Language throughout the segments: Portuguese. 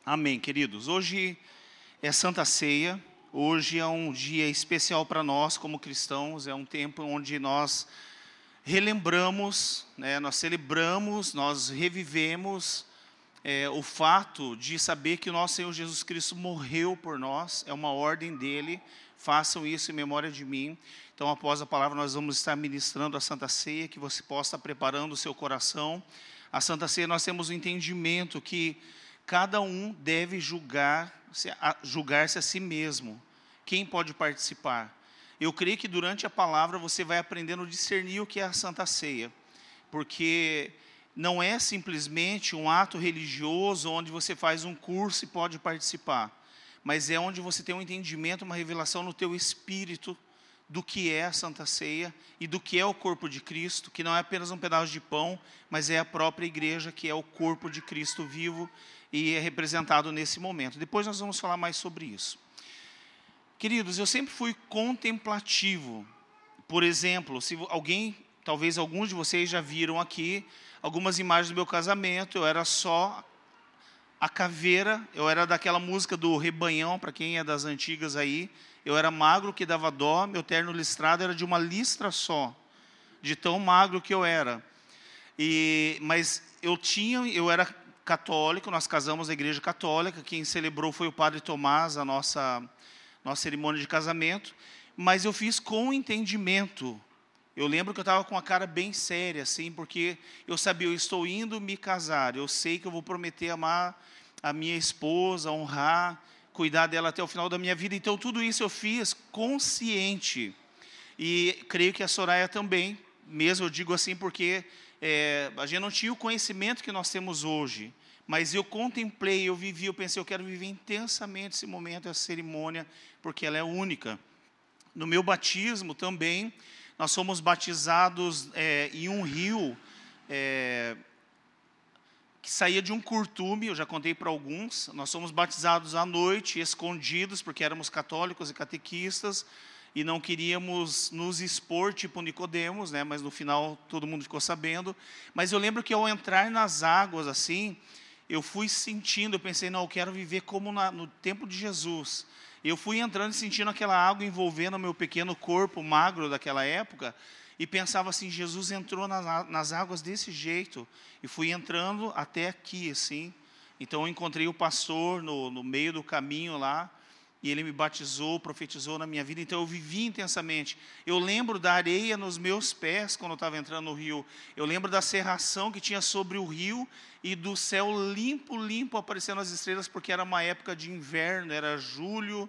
Amém, queridos. Hoje é Santa Ceia, hoje é um dia especial para nós como cristãos, é um tempo onde nós relembramos, nós celebramos, nós revivemos o fato de saber que o nosso Senhor Jesus Cristo morreu por nós, é uma ordem dele, façam isso em memória de mim. Então, após a palavra, nós vamos estar ministrando a Santa Ceia, que você possa estar preparando o seu coração. A Santa Ceia, nós temos o entendimento que cada um deve julgar-se a si mesmo. Quem pode participar? Eu creio que durante a palavra você vai aprendendo a discernir o que é a Santa Ceia, porque não é simplesmente um ato religioso onde você faz um curso e pode participar, mas é onde você tem um entendimento, uma revelação no teu espírito do que é a Santa Ceia e do que é o corpo de Cristo, que não é apenas um pedaço de pão, mas é a própria igreja, que é o corpo de Cristo vivo e é representado nesse momento. Depois nós vamos falar mais sobre isso. Queridos, eu sempre fui contemplativo. Por exemplo, se alguém, talvez alguns de vocês já viram aqui algumas imagens do meu casamento, eu era só a caveira, eu era daquela música do Rebanhão, para quem é das antigas aí, eu era magro que dava dó, meu terno listrado era de uma listra só, de tão magro que eu era. Mas eu era católico, nós casamos na igreja católica, quem celebrou foi o padre Tomás, a nossa cerimônia de casamento, mas eu fiz com entendimento. Eu lembro que eu estava com a cara bem séria, assim, porque eu sabia, eu estou indo me casar, eu sei que eu vou prometer amar a minha esposa, honrar, cuidar dela até o final da minha vida, então tudo isso eu fiz consciente, e creio que a Soraya também, mesmo eu digo assim porque a gente não tinha o conhecimento que nós temos hoje, mas eu contemplei, eu vivi, eu pensei, eu quero viver intensamente esse momento, essa cerimônia, porque ela é única. No meu batismo também, nós fomos batizados em um rio que saía de um curtume, eu já contei para alguns, nós fomos batizados à noite, escondidos, porque éramos católicos e catequistas, e não queríamos nos expor, tipo Nicodemos, mas no final todo mundo ficou sabendo. Mas eu lembro que ao entrar nas águas, assim, eu fui sentindo, eu pensei, não, eu quero viver como no tempo de Jesus. Eu fui entrando e sentindo aquela água envolvendo o meu pequeno corpo magro daquela época, e pensava assim, Jesus entrou nas águas desse jeito, e fui entrando até aqui, assim. Então eu encontrei o pastor no meio do caminho lá, e ele me batizou, profetizou na minha vida, então eu vivi intensamente. Eu lembro da areia nos meus pés, quando eu estava entrando no rio, eu lembro da cerração que tinha sobre o rio, e do céu limpo, limpo, aparecendo as estrelas, porque era uma época de inverno, era julho,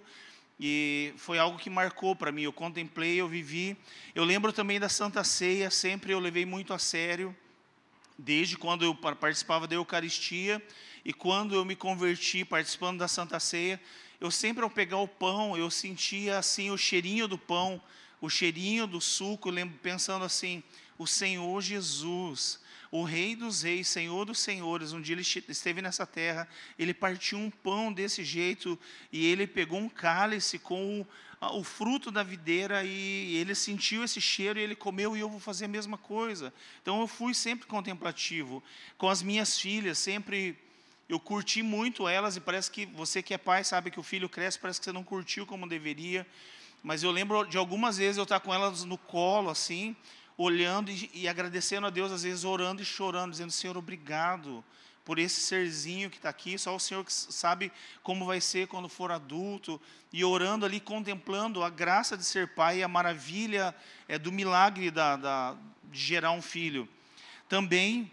e foi algo que marcou para mim, eu contemplei, eu vivi. Eu lembro também da Santa Ceia, sempre eu levei muito a sério, desde quando eu participava da Eucaristia, e quando eu me converti participando da Santa Ceia, eu sempre ao pegar o pão, eu sentia assim o cheirinho do pão, o cheirinho do suco, eu lembro pensando assim, o Senhor Jesus, o Rei dos Reis, Senhor dos Senhores, um dia ele esteve nessa terra, ele partiu um pão desse jeito, e ele pegou um cálice com o fruto da videira, e ele sentiu esse cheiro, e ele comeu, e eu vou fazer a mesma coisa. Então eu fui sempre contemplativo, com as minhas filhas, sempre eu curti muito elas, e parece que você que é pai sabe que o filho cresce, parece que você não curtiu como deveria, mas eu lembro de algumas vezes eu estar com elas no colo, assim, olhando e agradecendo a Deus, às vezes orando e chorando, dizendo, Senhor, obrigado por esse serzinho que está aqui, só o Senhor que sabe como vai ser quando for adulto, e orando ali, contemplando a graça de ser pai, e a maravilha do milagre de gerar um filho. Também,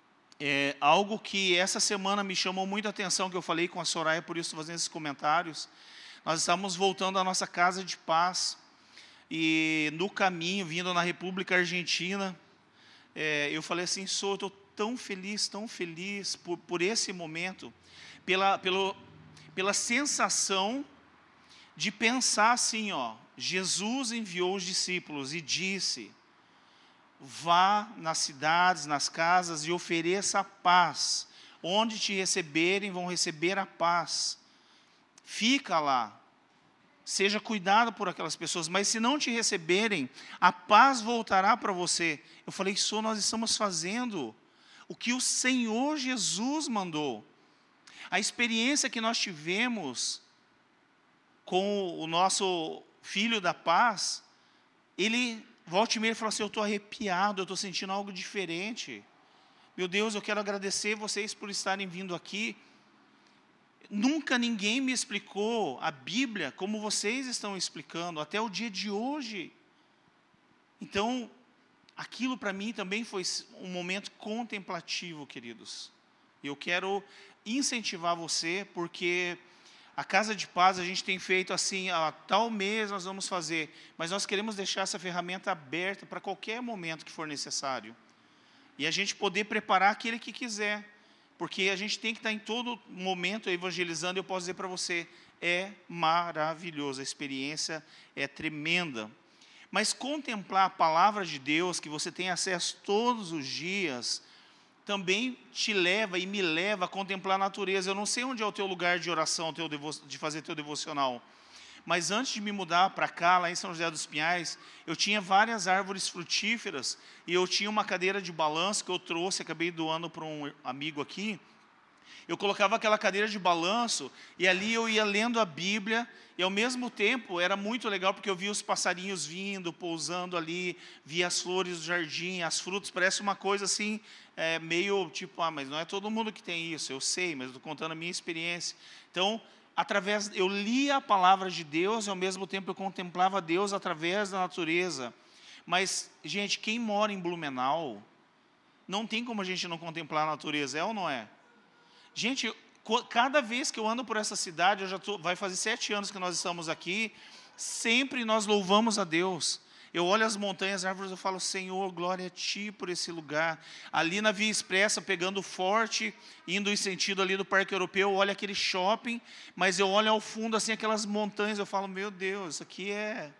algo que essa semana me chamou muito a atenção, que eu falei com a Soraya, por isso estou fazendo esses comentários, nós estávamos voltando à nossa casa de paz, e no caminho, vindo na República Argentina, eu falei assim, eu estou tão feliz por esse momento, pela sensação de pensar assim, Jesus enviou os discípulos e disse, vá nas cidades, nas casas e ofereça a paz, onde te receberem vão receber a paz, fica lá, seja cuidado por aquelas pessoas, mas se não te receberem, a paz voltará para você. Eu falei, nós estamos fazendo o que o Senhor Jesus mandou. A experiência que nós tivemos com o nosso filho da paz, ele, volta e meia, ele fala assim, eu estou arrepiado, eu estou sentindo algo diferente. Meu Deus, eu quero agradecer vocês por estarem vindo aqui. Nunca ninguém me explicou a Bíblia como vocês estão explicando, até o dia de hoje. Então, aquilo para mim também foi um momento contemplativo, queridos. Eu quero incentivar você, porque a Casa de Paz a gente tem feito assim, tal mês nós vamos fazer, mas nós queremos deixar essa ferramenta aberta para qualquer momento que for necessário. E a gente poder preparar aquele que quiser, porque a gente tem que estar em todo momento evangelizando. Eu posso dizer para você, é maravilhoso, a experiência é tremenda. Mas contemplar a palavra de Deus, que você tem acesso todos os dias, também te leva e me leva a contemplar a natureza. Eu não sei onde é o teu lugar de oração, de fazer teu devocional. Mas antes de me mudar para cá, lá em São José dos Pinhais, eu tinha várias árvores frutíferas e eu tinha uma cadeira de balanço que eu trouxe, acabei doando para um amigo aqui. Eu colocava aquela cadeira de balanço e ali eu ia lendo a Bíblia e ao mesmo tempo era muito legal porque eu via os passarinhos vindo, pousando ali, via as flores do jardim, as frutas, parece uma coisa assim, meio tipo, mas não é todo mundo que tem isso, eu sei, mas estou contando a minha experiência. Então, eu lia a palavra de Deus e ao mesmo tempo eu contemplava Deus através da natureza. Mas, gente, quem mora em Blumenau, não tem como a gente não contemplar a natureza, é ou não é? Gente, cada vez que eu ando por essa cidade, vai fazer 7 anos que nós estamos aqui, sempre nós louvamos a Deus. Eu olho as montanhas, as árvores, eu falo, Senhor, glória a Ti por esse lugar. Ali na Via Expressa, pegando forte, indo em sentido ali do Parque Europeu, eu olho aquele shopping, mas eu olho ao fundo, assim, aquelas montanhas, eu falo, meu Deus, isso aqui é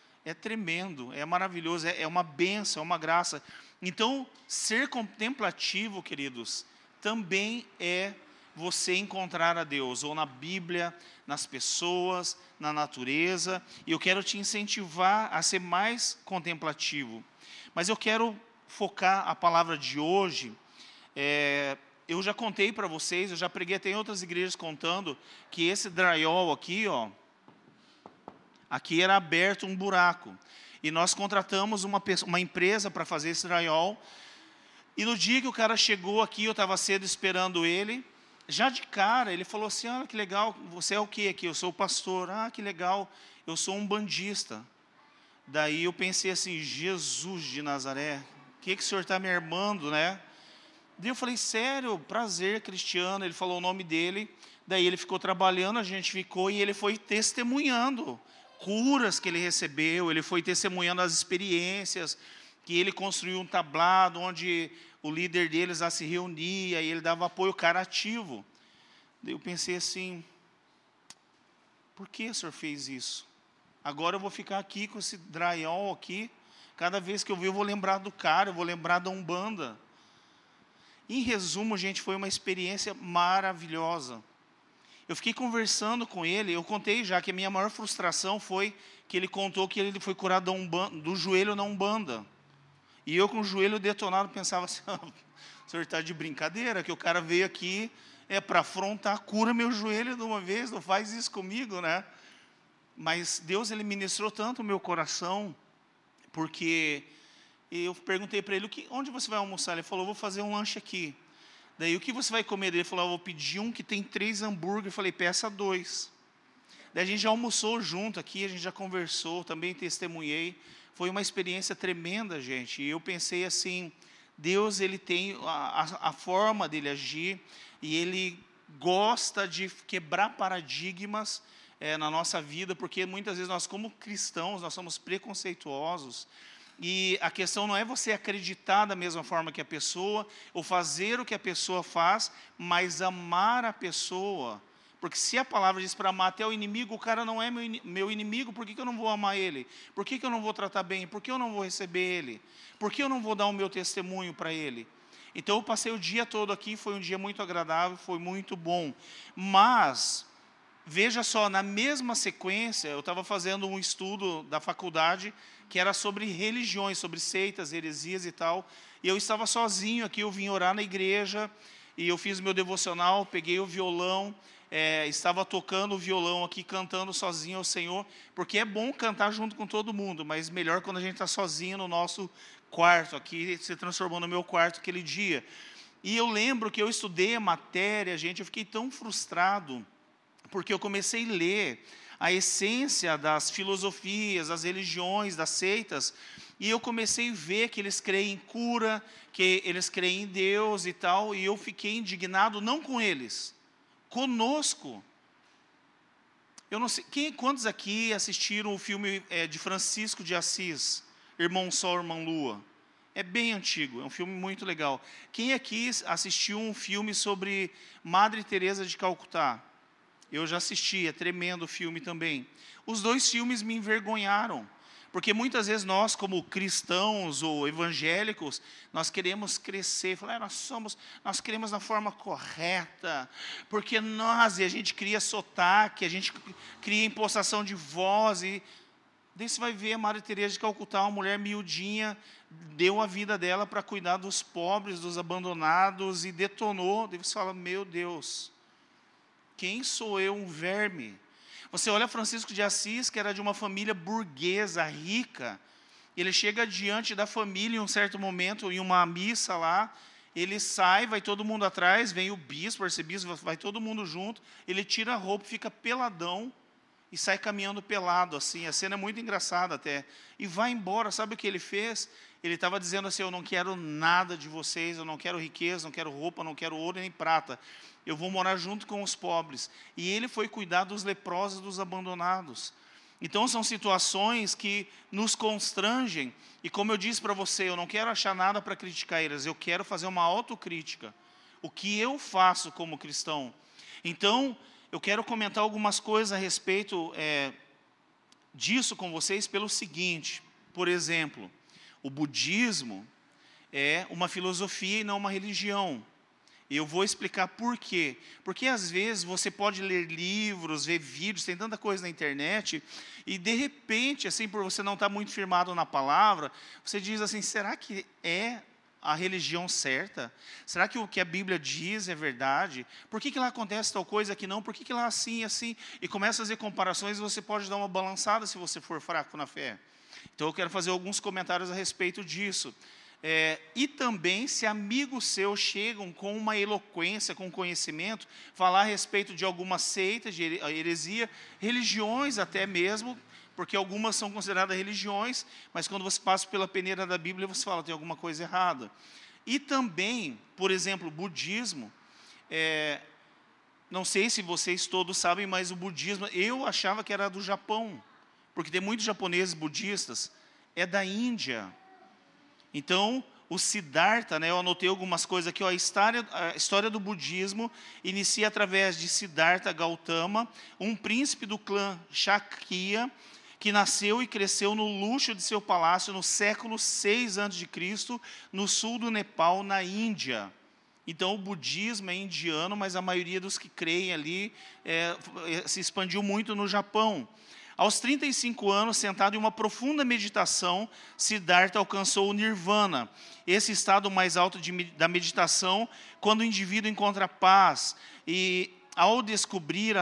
tremendo, é maravilhoso, é uma bênção, é uma graça. Então, ser contemplativo, queridos, também é você encontrar a Deus, ou na Bíblia, nas pessoas, na natureza, e eu quero te incentivar a ser mais contemplativo. Mas eu quero focar a palavra de hoje, eu já contei para vocês, eu já preguei até em outras igrejas contando, que esse drywall aqui, aqui era aberto um buraco, e nós contratamos uma empresa para fazer esse drywall, e no dia que o cara chegou aqui, eu estava cedo esperando ele, já de cara, ele falou assim, que legal, você é o que aqui? Eu sou o pastor. Que legal, eu sou um bandista. Daí eu pensei assim, Jesus de Nazaré, o que o senhor está me armando, né? Daí eu falei, sério, prazer, Cristiano. Ele falou o nome dele, daí ele ficou trabalhando, a gente ficou e ele foi testemunhando curas que ele recebeu, ele foi testemunhando as experiências, que ele construiu um tablado onde o líder deles lá se reunia e ele dava apoio, cara ativo. Daí eu pensei assim, por que o senhor fez isso? Agora eu vou ficar aqui com esse drywall aqui, cada vez que eu ver eu vou lembrar do cara, eu vou lembrar da Umbanda. Em resumo, gente, foi uma experiência maravilhosa. Eu fiquei conversando com ele, eu contei já que a minha maior frustração foi que ele contou que ele foi curado do joelho na Umbanda. E eu com o joelho detonado pensava assim, o senhor está de brincadeira, que o cara veio aqui para afrontar, cura meu joelho de uma vez, não faz isso comigo, né? Mas Deus, Ele ministrou tanto o meu coração, porque eu perguntei para ele, onde você vai almoçar? Ele falou, vou fazer um lanche aqui. Daí, o que você vai comer? Ele falou, vou pedir um que tem 3 hambúrgueres. Eu falei, peça 2. Daí a gente já almoçou junto aqui, a gente já conversou, também testemunhei. Foi uma experiência tremenda, gente. E eu pensei assim, Deus, Ele tem a forma dEle agir, e Ele gosta de quebrar paradigmas na nossa vida, porque muitas vezes nós, como cristãos, nós somos preconceituosos, e a questão não é você acreditar da mesma forma que a pessoa, ou fazer o que a pessoa faz, mas amar a pessoa. Porque se a palavra diz para amar até o inimigo, o cara não é meu inimigo, por que eu não vou amar ele? Por que eu não vou tratar bem? Por que eu não vou receber ele? Por que eu não vou dar o meu testemunho para ele? Então eu passei o dia todo aqui, foi um dia muito agradável, foi muito bom. Mas, veja só, na mesma sequência, eu estava fazendo um estudo da faculdade, que era sobre religiões, sobre seitas, heresias e tal, e eu estava sozinho aqui, eu vim orar na igreja, e eu fiz meu devocional, peguei o violão, estava tocando o violão aqui, cantando sozinho ao Senhor, porque é bom cantar junto com todo mundo, mas melhor quando a gente está sozinho no nosso quarto, aqui se transformou no meu quarto aquele dia. E eu lembro que eu estudei a matéria, gente, eu fiquei tão frustrado, porque eu comecei a ler a essência das filosofias, das religiões, das seitas, e eu comecei a ver que eles creem em cura, que eles creem em Deus e tal, e eu fiquei indignado não com eles, conosco. Eu não sei, quantos aqui assistiram o filme de Francisco de Assis, Irmão Sol, Irmã Lua? É bem antigo, é um filme muito legal. Quem aqui assistiu um filme sobre Madre Teresa de Calcutá? Eu já assisti, é tremendo o filme também. Os dois filmes me envergonharam, porque muitas vezes nós, como cristãos ou evangélicos, nós queremos crescer, falar, nós queremos na forma correta, porque e a gente cria sotaque, a gente cria impostação de voz, e daí você vai ver a Madre Teresa de Calcutá, uma mulher miudinha, deu a vida dela para cuidar dos pobres, dos abandonados, e detonou. Daí você fala, meu Deus, quem sou eu, um verme? Você olha Francisco de Assis, que era de uma família burguesa, rica, ele chega diante da família em um certo momento, em uma missa lá, ele sai, vai todo mundo atrás, vem o bispo, o arcebispo, vai todo mundo junto, ele tira a roupa, fica peladão, e sai caminhando pelado, assim, a cena é muito engraçada até, e vai embora. Sabe o que ele fez? Ele estava dizendo assim, eu não quero nada de vocês, eu não quero riqueza, não quero roupa, não quero ouro nem prata, eu vou morar junto com os pobres. E ele foi cuidar dos leprosos, dos abandonados. Então são situações que nos constrangem, e como eu disse para você, eu não quero achar nada para criticar eles, eu quero fazer uma autocrítica, o que eu faço como cristão. Então, eu quero comentar algumas coisas a respeito disso com vocês pelo seguinte, por exemplo, o budismo é uma filosofia e não uma religião. Eu vou explicar por quê. Porque às vezes você pode ler livros, ver vídeos, tem tanta coisa na internet, e de repente, assim, por você não estar muito firmado na palavra, você diz assim, será que é a religião certa? Será que o que a Bíblia diz é verdade? Por que lá acontece tal coisa que não? Por que lá assim, assim? E começa a fazer comparações, e você pode dar uma balançada se você for fraco na fé. Então eu quero fazer alguns comentários a respeito disso. E também, se amigos seus chegam com uma eloquência, com conhecimento, falar a respeito de alguma seita, de heresia, religiões até mesmo, porque algumas são consideradas religiões, mas quando você passa pela peneira da Bíblia, você fala, tem alguma coisa errada. E também, por exemplo, o budismo, não sei se vocês todos sabem, mas o budismo, eu achava que era do Japão, porque tem muitos japoneses budistas, é da Índia. Então, o Siddhartha, eu anotei algumas coisas aqui, a história do budismo inicia através de Siddhartha Gautama, um príncipe do clã Shakya, que nasceu e cresceu no luxo de seu palácio no século 6 a.C., no sul do Nepal, na Índia. Então, o budismo é indiano, mas a maioria dos que creem ali se expandiu muito no Japão. Aos 35 anos, sentado em uma profunda meditação, Siddhartha alcançou o Nirvana, esse estado mais alto da meditação, quando o indivíduo encontra paz e, ao desconstruir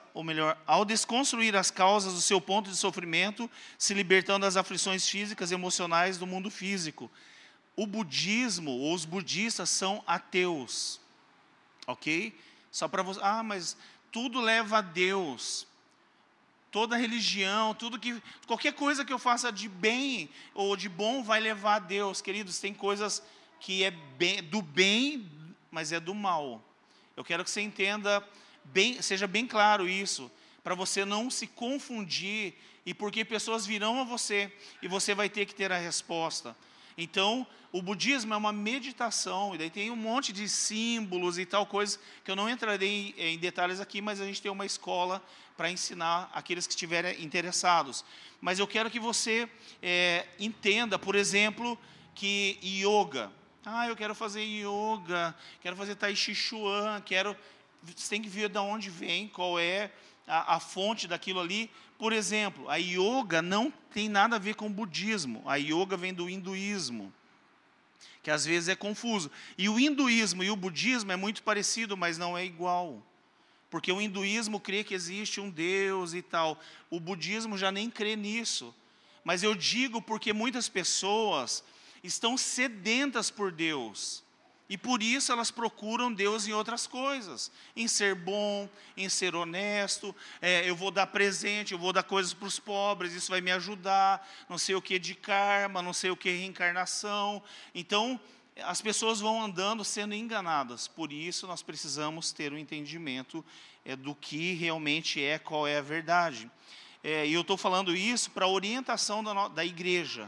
as causas do seu ponto de sofrimento, se libertando das aflições físicas e emocionais do mundo físico. O budismo, ou os budistas, são ateus, ok? Só para você, mas tudo leva a Deus. Toda religião, qualquer coisa que eu faça de bem ou de bom vai levar a Deus. Queridos, tem coisas que é do bem, mas é do mal. Eu quero que você entenda, seja bem claro isso, para você não se confundir, e porque pessoas virão a você, e você vai ter que ter a resposta. Então, o budismo é uma meditação, e daí tem um monte de símbolos e tal coisa, que eu não entrarei em detalhes aqui, mas a gente tem uma escola para ensinar aqueles que estiverem interessados. Mas eu quero que você entenda, por exemplo, que yoga. Eu quero fazer yoga, quero fazer tai chi chuan, você tem que ver de onde vem, qual é a fonte daquilo ali. Por exemplo, a yoga não tem nada a ver com o budismo. A yoga vem do hinduísmo, que às vezes é confuso. E o hinduísmo e o budismo é muito parecido, mas não é igual. Porque o hinduísmo crê que existe um Deus e tal. O budismo já nem crê nisso. Mas eu digo porque muitas pessoas estão sedentas por Deus. E por isso elas procuram Deus em outras coisas. Em ser bom, em ser honesto. Eu vou dar presente, eu vou dar coisas para os pobres, isso vai me ajudar. Não sei o que de karma, não sei o que reencarnação. Então, as pessoas vão andando sendo enganadas. Por isso, nós precisamos ter um entendimento do que realmente é, qual é a verdade. E eu estou falando isso para a orientação da igreja.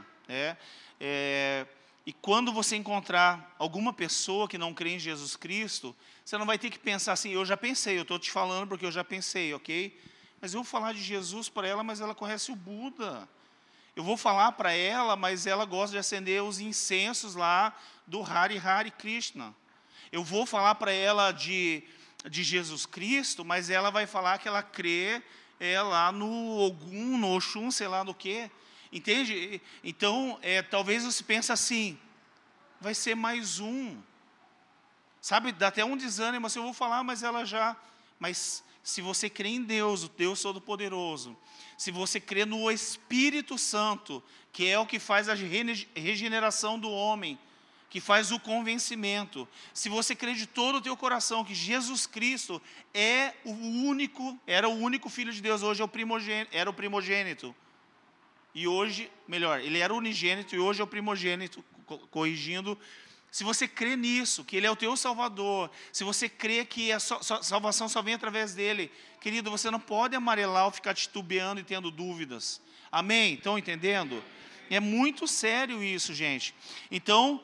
E quando você encontrar alguma pessoa que não crê em Jesus Cristo, você não vai ter que pensar assim, eu já pensei, eu estou te falando porque eu já pensei, ok? Mas eu vou falar de Jesus para ela, mas ela conhece o Buda. Eu vou falar para ela, mas ela gosta de acender os incensos lá do Hari Hari Krishna. Eu vou falar para ela de Jesus Cristo, mas ela vai falar que ela crê lá no Ogum, no Oxum, sei lá no quê. Entende? Então, talvez você pense assim, vai ser mais um. Sabe, dá até um desânimo, assim, eu vou falar, mas ela já... Mas se você crê em Deus, o Deus Todo-Poderoso, se você crê no Espírito Santo, que é o que faz a regeneração do homem, que faz o convencimento, se você crê de todo o teu coração que Jesus Cristo era o único Filho de Deus, hoje era o primogênito, e hoje, melhor, ele era o unigênito e hoje é o primogênito, corrigindo. Se você crê nisso, que Ele é o teu Salvador, se você crê que a salvação só vem através dEle, querido, você não pode amarelar ou ficar titubeando e tendo dúvidas. Amém? Estão entendendo? É muito sério isso, gente. Então,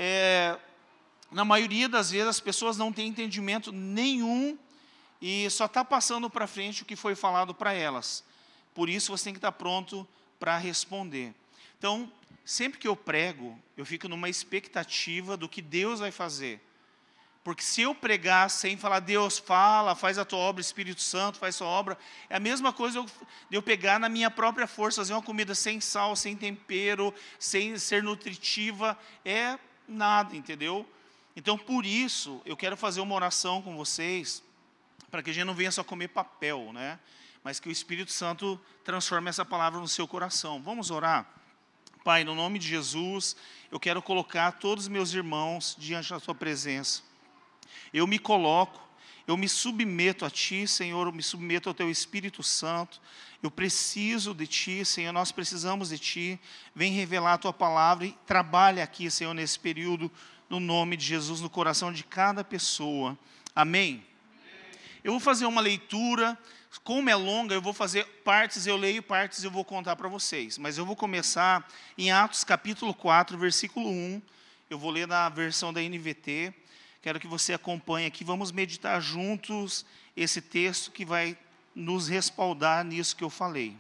na maioria das vezes as pessoas não têm entendimento nenhum e só está passando para frente o que foi falado para elas. Por isso você tem que estar pronto para responder. Então, sempre que eu prego, eu fico numa expectativa do que Deus vai fazer. Porque se eu pregar sem falar, Deus fala, faz a tua obra, Espírito Santo faz a sua obra, é a mesma coisa de eu pegar na minha própria força, fazer uma comida sem sal, sem tempero, sem ser nutritiva, é nada, entendeu? Então, por isso, eu quero fazer uma oração com vocês, para que a gente não venha só comer papel, né? Mas que o Espírito Santo transforme essa palavra no seu coração. Vamos orar? Pai, no nome de Jesus, eu quero colocar todos os meus irmãos diante da tua presença. Eu me coloco, eu me submeto a Ti, Senhor, eu me submeto ao Teu Espírito Santo. Eu preciso de Ti, Senhor, nós precisamos de Ti. Vem revelar a Tua palavra e trabalha aqui, Senhor, nesse período, no nome de Jesus, no coração de cada pessoa. Amém? Eu vou fazer uma leitura, como é longa, eu vou fazer partes, eu leio partes e eu vou contar para vocês. Mas eu vou começar em Atos capítulo 4, versículo 1. Eu vou ler na versão da NVT. Quero que você acompanhe aqui. Vamos meditar juntos esse texto que vai nos respaldar nisso que eu falei.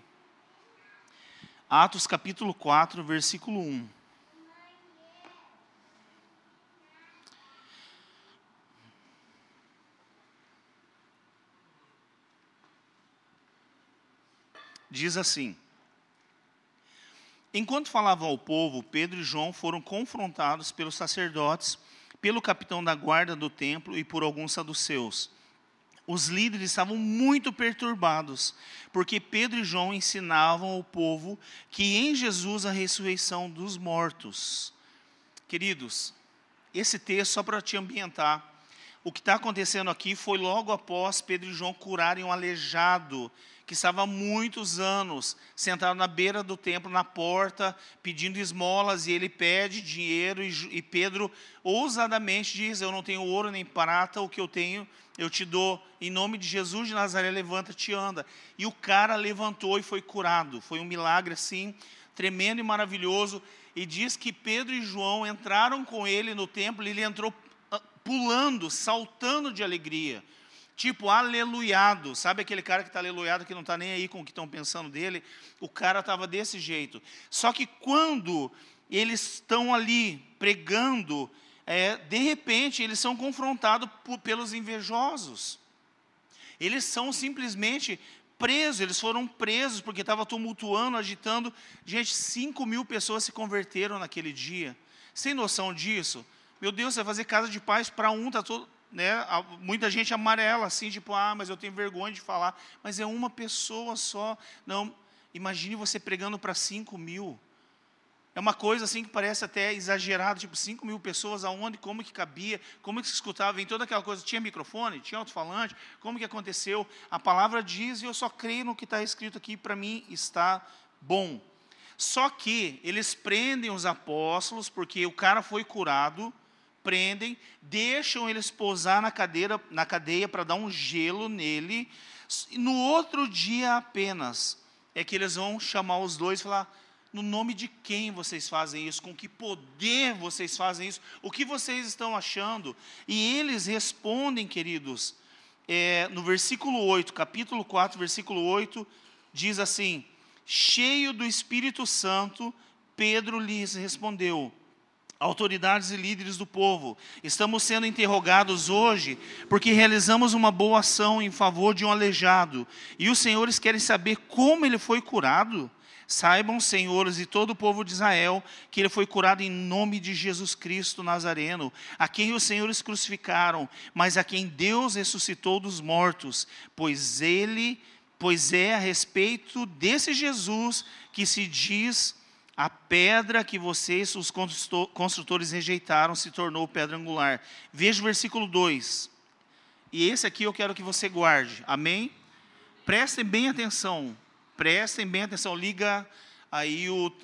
Atos capítulo 4, versículo 1. Diz assim: enquanto falavam ao povo, Pedro e João foram confrontados pelos sacerdotes, pelo capitão da guarda do templo e por alguns saduceus. Os líderes estavam muito perturbados, porque Pedro e João ensinavam ao povo que em Jesus a ressurreição dos mortos. Queridos, esse texto, só para te ambientar, o que está acontecendo aqui foi logo após Pedro e João curarem um aleijado, que estava há muitos anos sentado na beira do templo, na porta, pedindo esmolas, e ele pede dinheiro, e Pedro ousadamente diz: eu não tenho ouro nem prata, o que eu tenho eu te dou, em nome de Jesus de Nazaré, levanta-te e anda. E o cara levantou e foi curado. Foi um milagre assim, tremendo e maravilhoso, e diz que Pedro e João entraram com ele no templo, e ele entrou pulando, saltando de alegria, tipo aleluiado. Sabe aquele cara que está aleluiado, que não está nem aí com o que estão pensando dele? O cara estava desse jeito. Só que quando eles estão ali pregando, de repente eles são confrontados pelos invejosos. Eles são simplesmente presos, eles foram presos porque estava tumultuando, agitando. Gente, 5.000 pessoas se converteram naquele dia. Você tem noção disso? Meu Deus, você vai fazer casa de paz para um, tá todo, né? Muita gente amarela, assim, tipo, mas eu tenho vergonha de falar. Mas é uma pessoa só. Não, imagine você pregando para 5.000. É uma coisa assim que parece até exagerado, tipo 5.000 pessoas, aonde, como que cabia, como que se escutava, vem toda aquela coisa, tinha microfone, tinha alto-falante, como que aconteceu? A palavra diz e eu só creio no que está escrito aqui, para mim está bom. Só que eles prendem os apóstolos, porque o cara foi curado, prendem, deixam eles pousar na cadeia para dar um gelo nele, e no outro dia apenas, é que eles vão chamar os dois e falar: no nome de quem vocês fazem isso? Com que poder vocês fazem isso? O que vocês estão achando? E eles respondem, queridos, no versículo 8, capítulo 4, versículo 8, diz assim: cheio do Espírito Santo, Pedro lhes respondeu: autoridades e líderes do povo, estamos sendo interrogados hoje porque realizamos uma boa ação em favor de um aleijado, e os senhores querem saber como ele foi curado? Saibam, senhores, e todo o povo de Israel, que ele foi curado em nome de Jesus Cristo Nazareno, a quem os senhores crucificaram, mas a quem Deus ressuscitou dos mortos, pois é a respeito desse Jesus que se diz: a pedra que vocês, os construtores, rejeitaram, se tornou pedra angular. Veja o versículo 2. E esse aqui eu quero que você guarde. Amém? Prestem bem atenção. Prestem bem atenção. Liga aí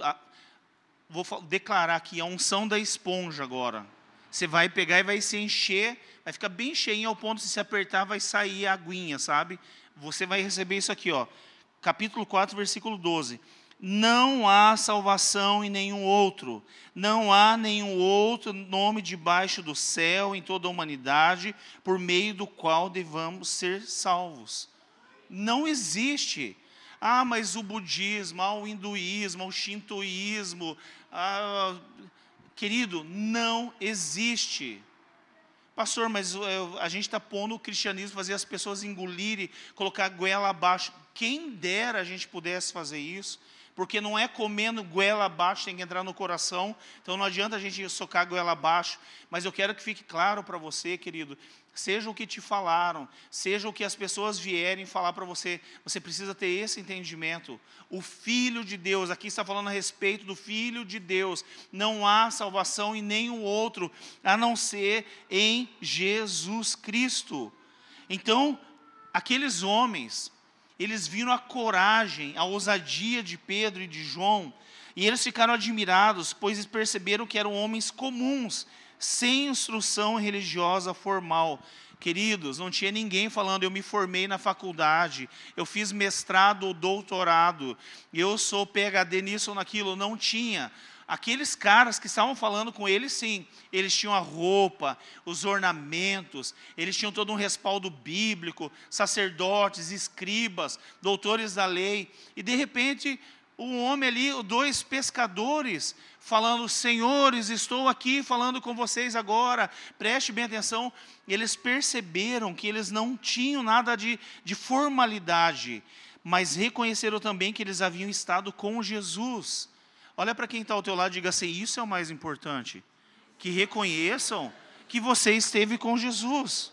vou declarar aqui a unção da esponja agora. Você vai pegar e vai se encher, vai ficar bem cheinho ao ponto de se apertar, vai sair a aguinha, sabe? Você vai receber isso aqui, ó. Capítulo 4, versículo 12. Não há salvação em nenhum outro, não há nenhum outro nome debaixo do céu em toda a humanidade, por meio do qual devamos ser salvos. Não existe. Mas o budismo, o hinduísmo, o shintoísmo, querido, não existe. Pastor, mas a gente está pondo o cristianismo, fazer as pessoas engolirem, colocar a goela abaixo. Quem dera a gente pudesse fazer isso, porque não é comendo goela abaixo, tem que entrar no coração, então não adianta a gente socar a goela abaixo, mas eu quero que fique claro para você, querido, seja o que te falaram, seja o que as pessoas vierem falar para você, você precisa ter esse entendimento. O Filho de Deus, aqui está falando a respeito do Filho de Deus, não há salvação em nenhum outro, a não ser em Jesus Cristo. Então, aqueles homens, eles viram a coragem, a ousadia de Pedro e de João, e eles ficaram admirados, pois eles perceberam que eram homens comuns, sem instrução religiosa formal. Queridos, não tinha ninguém falando: eu me formei na faculdade, eu fiz mestrado ou doutorado, eu sou PhD nisso ou naquilo. Não tinha. Aqueles caras que estavam falando com ele, sim, eles tinham a roupa, os ornamentos, eles tinham todo um respaldo bíblico, sacerdotes, escribas, doutores da lei, e de repente, um homem ali, dois pescadores, falando: senhores, estou aqui falando com vocês agora, preste bem atenção. Eles perceberam que eles não tinham nada de formalidade, mas reconheceram também que eles haviam estado com Jesus. Olha para quem está ao teu lado e diga assim: isso é o mais importante, que reconheçam que você esteve com Jesus.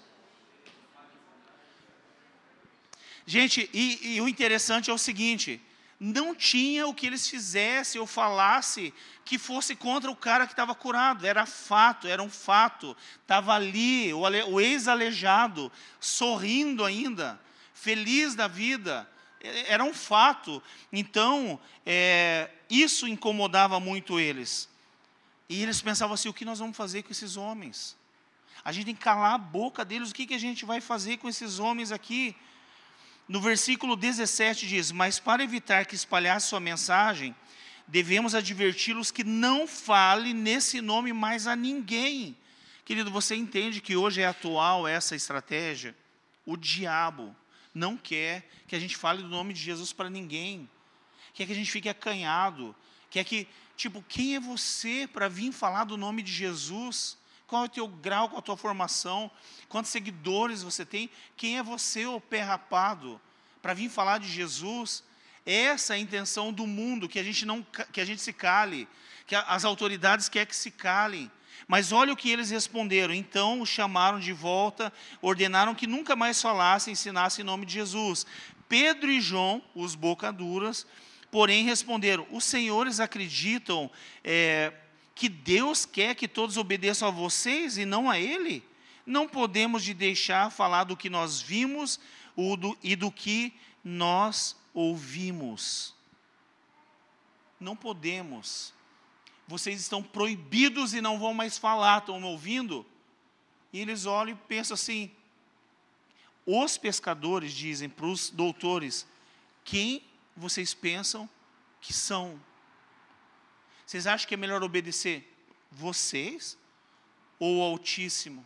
Gente, e o interessante é o seguinte: não tinha o que eles fizessem ou falassem que fosse contra o cara que estava curado. Era fato, era um fato. Estava ali o ex-aleijado, sorrindo ainda, feliz da vida. Era um fato. Então, isso incomodava muito eles. E eles pensavam assim: o que nós vamos fazer com esses homens? A gente tem que calar a boca deles. O que a gente vai fazer com esses homens aqui? No versículo 17 diz: mas para evitar que espalhasse sua mensagem, devemos adverti-los que não fale nesse nome mais a ninguém. Querido, você entende que hoje é atual essa estratégia? O diabo não quer que a gente fale do nome de Jesus para ninguém. Quer que a gente fique acanhado. Quer que, quem é você para vir falar do nome de Jesus? Qual é o teu grau, qual a tua formação? Quantos seguidores você tem? Quem é você, ô pé rapado, para vir falar de Jesus? Essa é a intenção do mundo, que a gente se cale, que as autoridades querem que se calem. Mas olha o que eles responderam. Então o chamaram de volta, ordenaram que nunca mais falasse, ensinasse em nome de Jesus. Pedro e João, os bocaduras, porém responderam: os senhores acreditam que Deus quer que todos obedeçam a vocês e não a Ele? Não podemos de deixar falar do que nós vimos e do que nós ouvimos. Não podemos. Vocês estão proibidos e não vão mais falar, estão me ouvindo? E eles olham e pensam assim. Os pescadores dizem para os doutores: quem vocês pensam que são? Vocês acham que é melhor obedecer vocês ou o Altíssimo?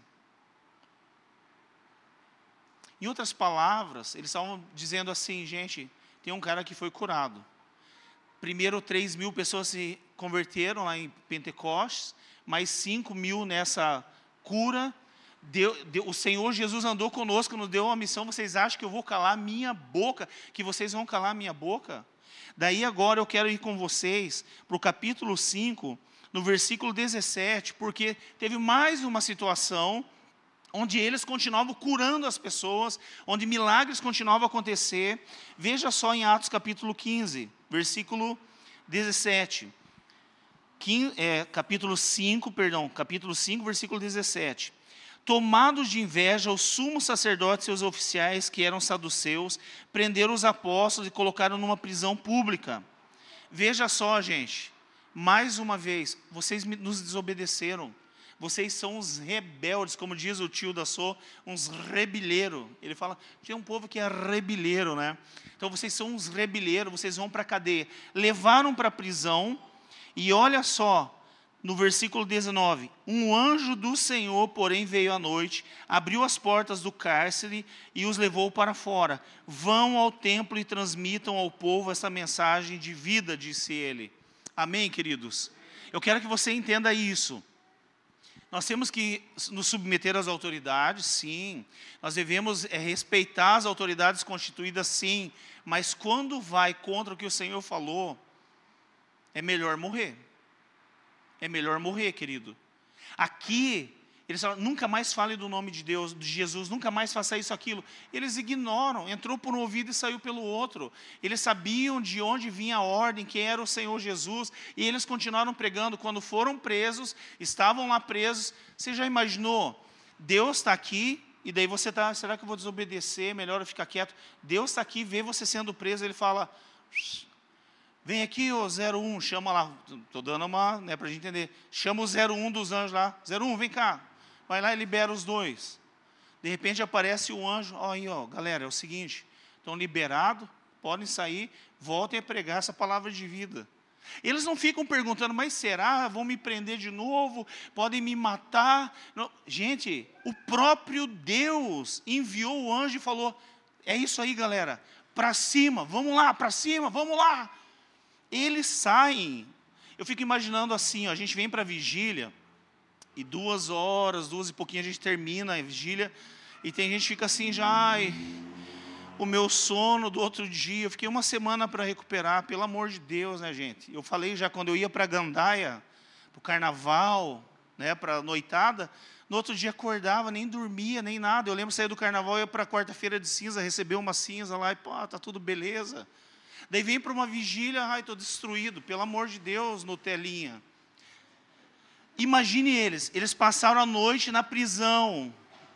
Em outras palavras, eles estavam dizendo assim: gente, tem um cara que foi curado. Primeiro 3.000 pessoas se converteram lá em Pentecostes, mais 5.000 nessa cura. O Senhor Jesus andou conosco, nos deu uma missão. Vocês acham que eu vou calar a minha boca? Que vocês vão calar a minha boca? Daí agora eu quero ir com vocês para o capítulo 5, no versículo 17, porque teve mais uma situação onde eles continuavam curando as pessoas, onde milagres continuavam a acontecer. Veja só em Atos capítulo 15, versículo 17. Capítulo 5, versículo 17. Tomados de inveja, os sumos sacerdotes e seus oficiais, que eram saduceus, prenderam os apóstolos e colocaram numa prisão pública. Veja só, gente, mais uma vez, vocês nos desobedeceram. Vocês são os rebeldes, como diz o tio da Sô, uns rebilheiros. Ele fala, tinha um povo que é rebilheiro, né? Então vocês são uns rebilheiros, vocês vão para a cadeia. Levaram para a prisão, e olha só, no versículo 19, um anjo do Senhor, porém, veio à noite, abriu as portas do cárcere e os levou para fora. Vão ao templo e transmitam ao povo essa mensagem de vida, disse ele. Amém, queridos? Eu quero que você entenda isso. Nós temos que nos submeter às autoridades, sim. Nós devemos respeitar as autoridades constituídas, sim. Mas quando vai contra o que o Senhor falou, é melhor morrer. É melhor morrer, querido. Aqui, eles falam, nunca mais fale do nome de Deus, de Jesus, nunca mais faça isso, aquilo. Eles ignoram, entrou por um ouvido e saiu pelo outro. Eles sabiam de onde vinha a ordem, quem era o Senhor Jesus, e eles continuaram pregando. Quando foram presos, estavam lá presos. Você já imaginou? Deus está aqui, e daí você está, será que eu vou desobedecer? Melhor eu ficar quieto. Deus está aqui, vê você sendo preso, ele fala, vem aqui, ô 01, chama lá, estou dando uma, para a gente entender, chama o 01 dos anjos lá, 01, vem cá, vai lá e libera os dois. De repente aparece o anjo, aí, galera, é o seguinte, estão liberados, podem sair, voltem a pregar essa palavra de vida. Eles não ficam perguntando, mas será, vão me prender de novo, podem me matar? Não. Gente, o próprio Deus enviou o anjo e falou, é isso aí, galera, para cima, vamos lá, para cima, vamos lá. Eles saem. Eu fico imaginando assim, a gente vem para a vigília, e 2 horas, 2 e pouquinho, a gente termina a vigília, e tem gente que fica assim já, ai, o meu sono do outro dia, eu fiquei 1 semana para recuperar, pelo amor de Deus, né, gente? Eu falei já, quando eu ia para Gandaia, para o carnaval, né, para a noitada, no outro dia acordava, nem dormia, nem nada. Eu lembro de sair do carnaval, ia para a quarta-feira de cinza, receber uma cinza lá, e pô, tá tudo beleza. Daí vem para uma vigília, ai, estou destruído, pelo amor de Deus, Nutelinha. Imagine eles passaram a noite na prisão,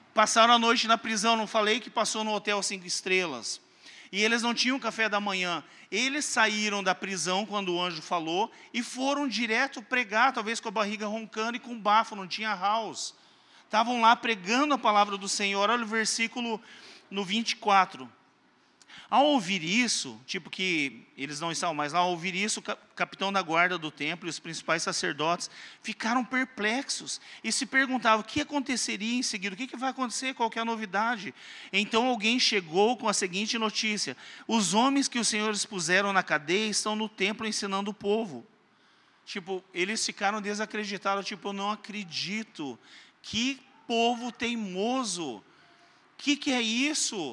não falei que passou no hotel 5 estrelas, e eles não tinham café da manhã, eles saíram da prisão quando o anjo falou, e foram direto pregar, talvez com a barriga roncando e com bafo, não tinha house, estavam lá pregando a palavra do Senhor. Olha o versículo no 24, ao ouvir isso, tipo que eles não estavam mais lá, ao ouvir isso, o capitão da guarda do templo e os principais sacerdotes ficaram perplexos e se perguntavam o que aconteceria em seguida, o que vai acontecer, qual que é a novidade. Então alguém chegou com a seguinte notícia, os homens que os senhores puseram na cadeia estão no templo ensinando o povo. Tipo, eles ficaram desacreditados, tipo, eu não acredito, que povo teimoso, que é isso?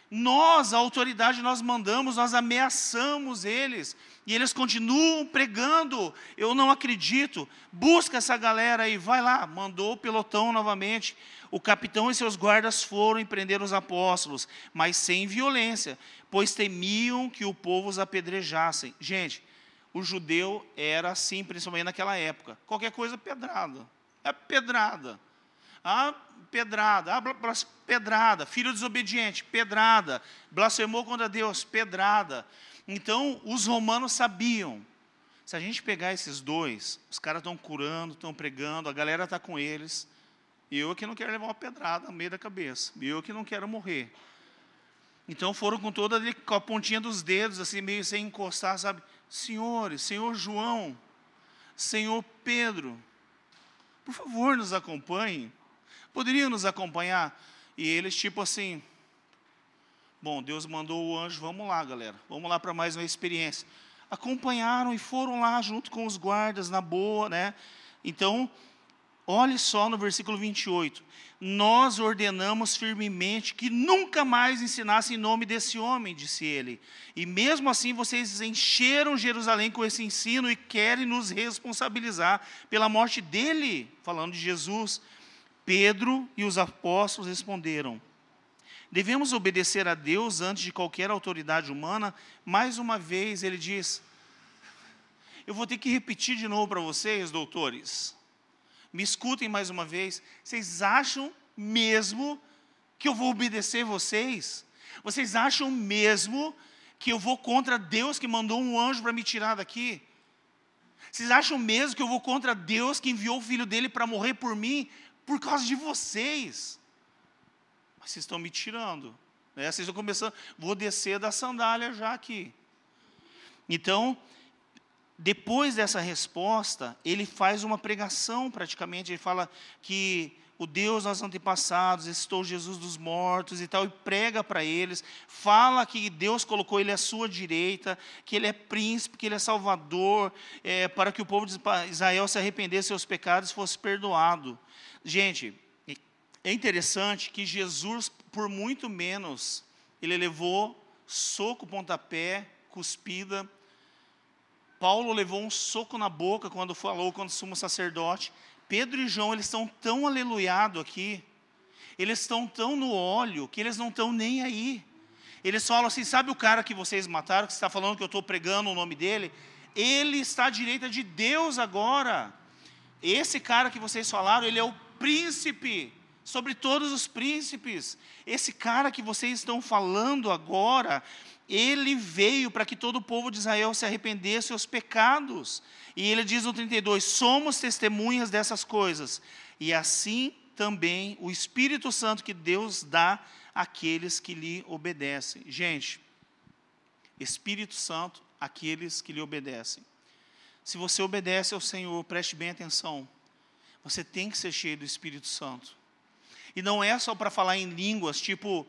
Nós, a autoridade, nós mandamos, nós ameaçamos eles, e eles continuam pregando. Eu não acredito. Busca essa galera aí, vai lá. Mandou o pelotão novamente. O capitão e seus guardas foram e prenderam os apóstolos, mas sem violência, pois temiam que o povo os apedrejassem. Gente, o judeu era assim, principalmente naquela época. Qualquer coisa, pedrada. É pedrada. Pedrada, pedrada, filho desobediente, pedrada, blasfemou contra Deus, pedrada. Então, os romanos sabiam, se a gente pegar esses dois, os caras estão curando, estão pregando, a galera está com eles, e eu que não quero levar uma pedrada no meio da cabeça, e eu que não quero morrer. Então, foram com toda com a pontinha dos dedos, assim, meio sem encostar, sabe? Senhores, Senhor João, Senhor Pedro, por favor, nos acompanhem. Poderiam nos acompanhar? E eles tipo assim, bom, Deus mandou o anjo, vamos lá, galera, vamos lá para mais uma experiência. Acompanharam e foram lá junto com os guardas, na boa, né? Então, olhe só no versículo 28. Nós ordenamos firmemente que nunca mais ensinassem em nome desse homem, disse ele. E mesmo assim vocês encheram Jerusalém com esse ensino e querem nos responsabilizar pela morte dele, falando de Jesus. Pedro e os apóstolos responderam: devemos obedecer a Deus antes de qualquer autoridade humana. Mais uma vez ele diz, eu vou ter que repetir de novo para vocês, doutores, me escutem mais uma vez, vocês acham mesmo que eu vou obedecer vocês? Vocês acham mesmo que eu vou contra Deus que mandou um anjo para me tirar daqui? Vocês acham mesmo que eu vou contra Deus que enviou o filho dele para morrer por mim? Por causa de vocês. Mas vocês estão me tirando, né? Vocês estão começando, vou descer da sandália já aqui. Então, depois dessa resposta, ele faz uma pregação praticamente, ele fala que o Deus dos antepassados ressuscitou Jesus dos mortos e tal, e prega para eles, fala que Deus colocou ele à sua direita, que ele é príncipe, que ele é salvador, para que o povo de Israel se arrependesse de seus pecados e fosse perdoado. Gente, é interessante que Jesus, por muito menos, ele levou soco, pontapé, cuspida. Paulo levou um soco na boca quando falou com o sumo sacerdote. Pedro e João, eles estão tão aleluiados aqui, eles estão tão no óleo, que eles não estão nem aí. Eles falam assim, sabe o cara que vocês mataram, que você está falando que eu estou pregando o nome dele? Ele está à direita de Deus agora. Esse cara que vocês falaram, ele é o príncipe sobre todos os príncipes. Esse cara que vocês estão falando agora, ele veio para que todo o povo de Israel se arrependesse dos seus pecados. E ele diz no 32, somos testemunhas dessas coisas. E assim também o Espírito Santo que Deus dá àqueles que lhe obedecem. Gente, Espírito Santo, àqueles que lhe obedecem. Se você obedece ao Senhor, preste bem atenção, você tem que ser cheio do Espírito Santo. E não é só para falar em línguas, tipo...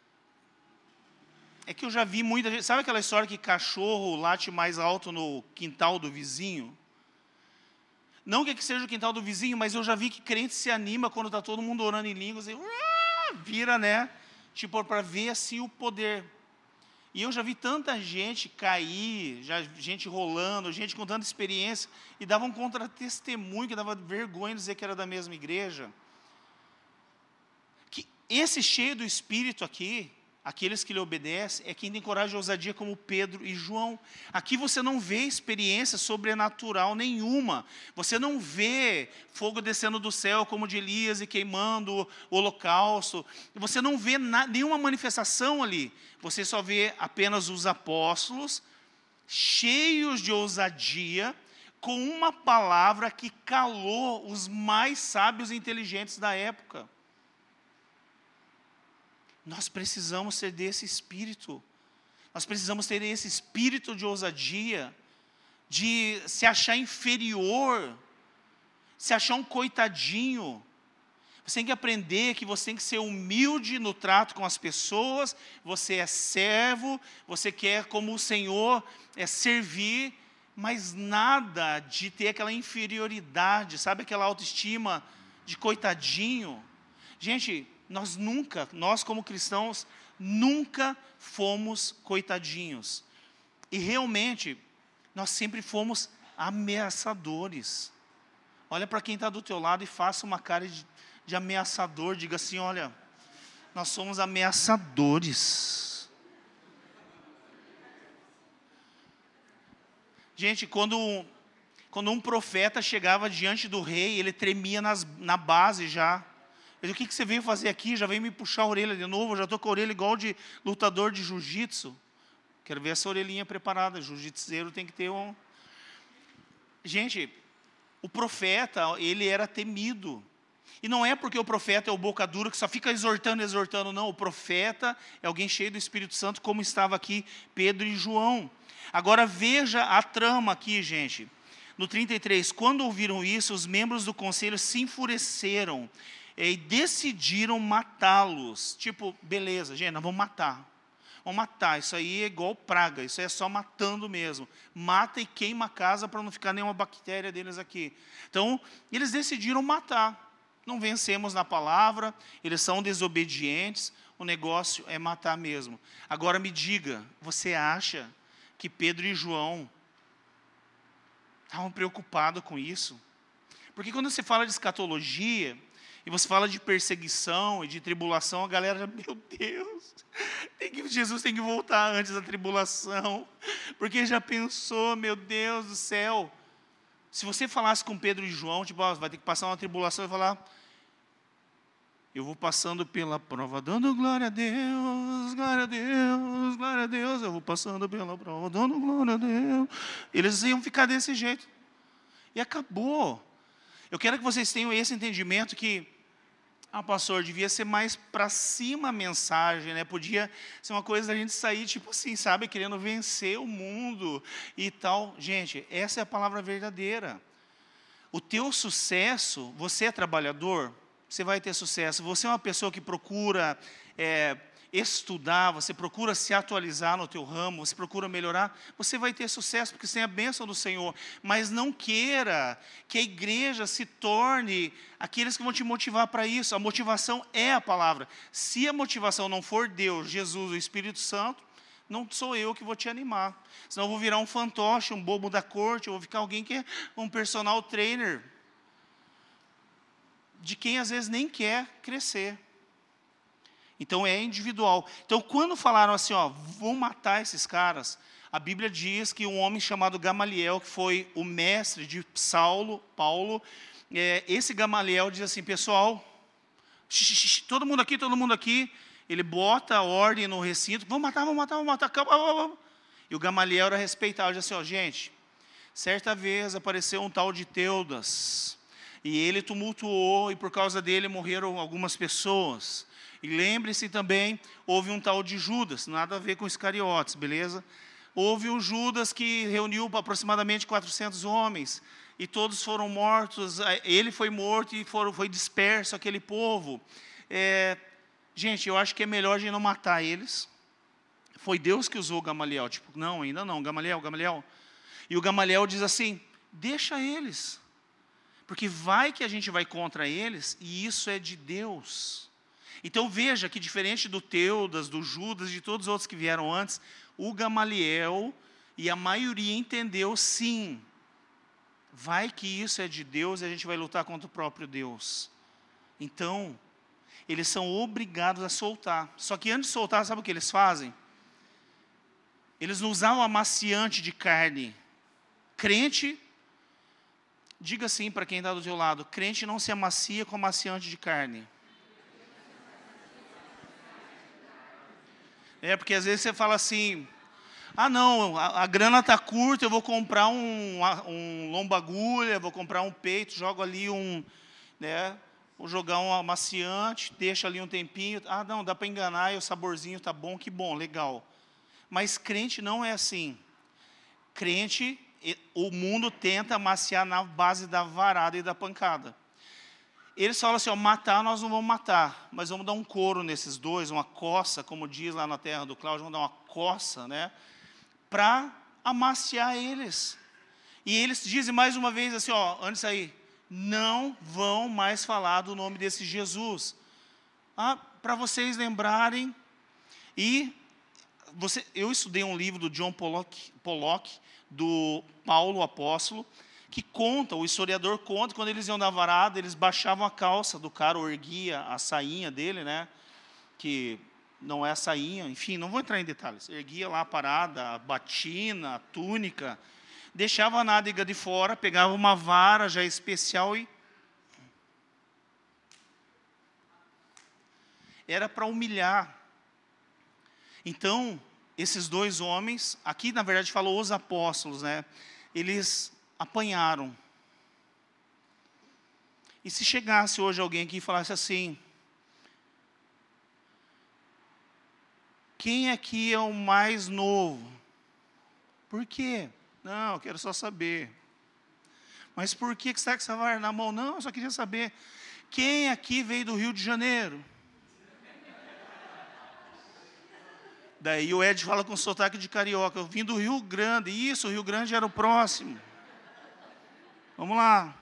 É que eu já vi muita gente... Sabe aquela história que cachorro late mais alto no quintal do vizinho? Não que seja o quintal do vizinho, mas eu já vi que crente se anima quando está todo mundo orando em línguas. E vira, né? Tipo, para ver assim o poder. E eu já vi tanta gente cair, gente rolando, gente com tanta experiência, e dava um contra-testemunho, que dava vergonha de dizer que era da mesma igreja. Que esse cheio do Espírito aqui, aqueles que lhe obedecem, é quem tem coragem e ousadia como Pedro e João. Aqui você não vê experiência sobrenatural nenhuma. Você não vê fogo descendo do céu como de Elias e queimando o holocausto. Você não vê nenhuma manifestação ali. Você só vê apenas os apóstolos cheios de ousadia, com uma palavra que calou os mais sábios e inteligentes da época. Nós precisamos ser desse espírito. Nós precisamos ter esse espírito de ousadia, de se achar inferior, se achar um coitadinho. Você tem que aprender que você tem que ser humilde no trato com as pessoas, você é servo, você quer como o Senhor servir, mas nada de ter aquela inferioridade, sabe, aquela autoestima de coitadinho. Gente, nós como cristãos, nunca fomos coitadinhos. E realmente, nós sempre fomos ameaçadores. Olha para quem está do teu lado e faça uma cara de ameaçador. Diga assim, olha, nós somos ameaçadores. Gente, quando um profeta chegava diante do rei, ele tremia na base já. Ele disse, o que você veio fazer aqui? Já veio me puxar a orelha de novo? Eu já estou com a orelha igual de lutador de jiu-jitsu. Quero ver essa orelhinha preparada. Jiu-jitseiro tem que ter um... Gente, o profeta, ele era temido. E não é porque o profeta é o boca dura que só fica exortando, não. O profeta é alguém cheio do Espírito Santo, como estava aqui Pedro e João. Agora veja a trama aqui, gente. No 33, quando ouviram isso, os membros do conselho se enfureceram e decidiram matá-los. Tipo, beleza, gente, nós vamos matar. Vamos matar, isso aí é igual praga, isso aí é só matando mesmo. Mata e queima a casa para não ficar nenhuma bactéria deles aqui. Então, eles decidiram matar. Não vencemos na palavra, eles são desobedientes, o negócio é matar mesmo. Agora me diga, você acha que Pedro e João estavam preocupados com isso? Porque quando você fala de escatologia, e você fala de perseguição e de tribulação, a galera, meu Deus, Jesus tem que voltar antes da tribulação, porque já pensou, meu Deus do céu. Se você falasse com Pedro e João, tipo, vai ter que passar uma tribulação, vai falar, eu vou passando pela prova, dando glória a Deus, glória a Deus, glória a Deus, eu vou passando pela prova, dando glória a Deus. Eles iam ficar desse jeito. E acabou. Eu quero que vocês tenham esse entendimento que, pastor, devia ser mais para cima a mensagem, né? Podia ser uma coisa da gente sair, tipo assim, sabe, querendo vencer o mundo e tal. Gente, essa é a palavra verdadeira. O teu sucesso, você é trabalhador, você vai ter sucesso. Você é uma pessoa que procura estudar, você procura se atualizar no teu ramo, você procura melhorar, você vai ter sucesso, porque você tem a bênção do Senhor. Mas não queira que a igreja se torne aqueles que vão te motivar para isso. A motivação é a palavra. Se a motivação não for Deus, Jesus, o Espírito Santo, não sou eu que vou te animar. Senão eu vou virar um fantoche, um bobo da corte, eu vou ficar alguém que é um personal trainer, de quem às vezes nem quer crescer. Então é individual. Então quando falaram assim, vão matar esses caras, a Bíblia diz que um homem chamado Gamaliel, que foi o mestre de Paulo, esse Gamaliel diz assim, pessoal, todo mundo aqui, ele bota a ordem no recinto, vamos matar, calma. E o Gamaliel era respeitado, diz assim, gente, certa vez apareceu um tal de Teudas, e ele tumultuou, e por causa dele morreram algumas pessoas. E lembre-se também, houve um tal de Judas, nada a ver com Iscariotes, beleza? Houve um Judas que reuniu aproximadamente 400 homens, e todos foram mortos, ele foi morto e foi disperso aquele povo. Gente, eu acho que é melhor a gente não matar eles. Foi Deus que usou Gamaliel, tipo, não, ainda não, Gamaliel. E o Gamaliel diz assim, deixa eles, porque vai que a gente vai contra eles, e isso é de Deus. Então veja que diferente do Teudas, do Judas, de todos os outros que vieram antes, o Gamaliel e a maioria entendeu, sim, vai que isso é de Deus e a gente vai lutar contra o próprio Deus. Então, eles são obrigados a soltar. Só que antes de soltar, sabe o que eles fazem? Eles não usavam amaciante de carne. Crente, diga assim para quem está do teu lado, crente não se amacia com amaciante de carne. Porque às vezes você fala assim, não, a grana está curta, eu vou comprar um lombo-agulha, vou comprar um peito, jogo ali vou jogar um amaciante, deixa ali um tempinho, não, dá para enganar, e o saborzinho está bom, que bom, legal. Mas crente não é assim. Crente, o mundo tenta amaciar na base da varada e da pancada. Eles falam assim, matar nós não vamos matar, mas vamos dar um couro nesses dois, uma coça, como diz lá na terra do Cláudio, vamos dar uma coça, para amaciar eles. E eles dizem mais uma vez assim, antes aí, não vão mais falar do nome desse Jesus. Para vocês lembrarem, E eu estudei um livro do John Pollock, do Paulo o Apóstolo, que conta, o historiador conta, quando eles iam na varada, eles baixavam a calça do cara, ou erguia a sainha dele, né? Que não é a sainha, enfim, não vou entrar em detalhes. Erguia lá a parada, a batina, a túnica, deixava a nádega de fora, pegava uma vara já especial e era para humilhar. Então, esses dois homens, aqui na verdade falou os apóstolos, né? Eles apanharam. E se chegasse hoje alguém aqui e falasse assim: quem aqui é o mais novo? Por quê? Não, eu quero só saber. Mas por que você está com essa vara na mão? Não, eu só queria saber. Quem aqui veio do Rio de Janeiro? Daí o Ed fala com sotaque de carioca: eu vim do Rio Grande. Isso, o Rio Grande era o próximo. Vamos lá.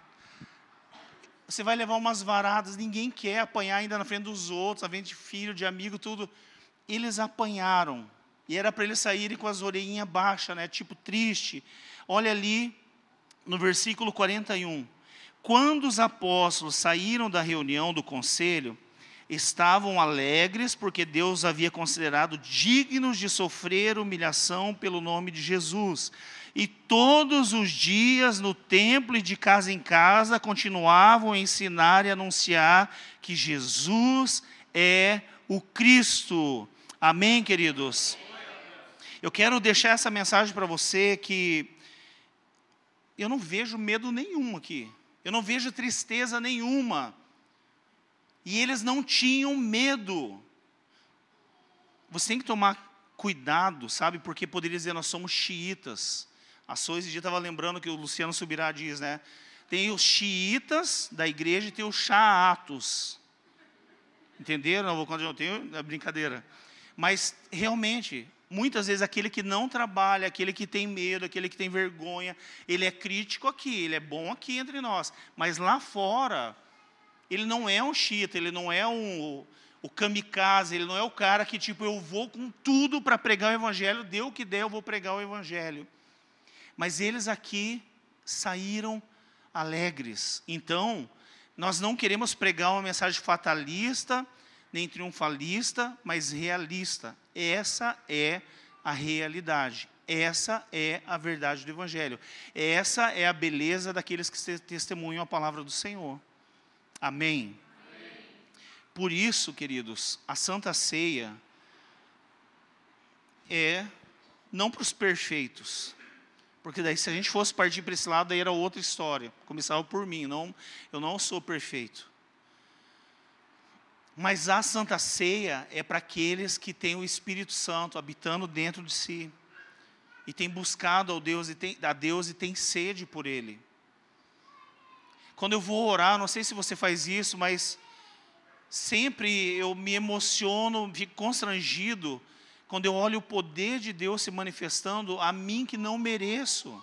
Você vai levar umas varadas, ninguém quer apanhar ainda na frente dos outros, na frente de filho, de amigo, tudo. Eles apanharam. E era para eles saírem com as orelhinhas baixas, né? Tipo triste. Olha ali no versículo 41. Quando os apóstolos saíram da reunião do conselho, estavam alegres porque Deus havia considerado dignos de sofrer humilhação pelo nome de Jesus. E todos os dias no templo e de casa em casa continuavam a ensinar e anunciar que Jesus é o Cristo. Amém, queridos? Eu quero deixar essa mensagem para você que eu não vejo medo nenhum aqui. Eu não vejo tristeza nenhuma. E eles não tinham medo. Você tem que tomar cuidado, sabe? Porque poderia dizer, nós somos xiitas. A Sô esse dia estava lembrando que o Luciano Subirá diz, né? Tem os xiitas da igreja e tem os xaatos. Entenderam? Quando eu tenho, é brincadeira. Mas, realmente, muitas vezes aquele que não trabalha, aquele que tem medo, aquele que tem vergonha, ele é crítico aqui, ele é bom aqui entre nós. Mas lá fora, ele não é um xiita, ele não é o kamikaze, ele não é o cara que tipo, eu vou com tudo para pregar o evangelho, dê o que der, eu vou pregar o evangelho. Mas eles aqui saíram alegres. Então, nós não queremos pregar uma mensagem fatalista, nem triunfalista, mas realista. Essa é a realidade. Essa é a verdade do evangelho. Essa é a beleza daqueles que testemunham a palavra do Senhor. Amém? Amém. Por isso, queridos, a Santa Ceia é não para os perfeitos, porque daí se a gente fosse partir para esse lado, daí era outra história. Começava por mim, eu não sou perfeito. Mas a Santa Ceia é para aqueles que têm o Espírito Santo habitando dentro de si, e têm buscado a Deus e têm sede por Ele. Quando eu vou orar, não sei se você faz isso, mas sempre eu me emociono, fico constrangido quando eu olho o poder de Deus se manifestando a mim que não mereço.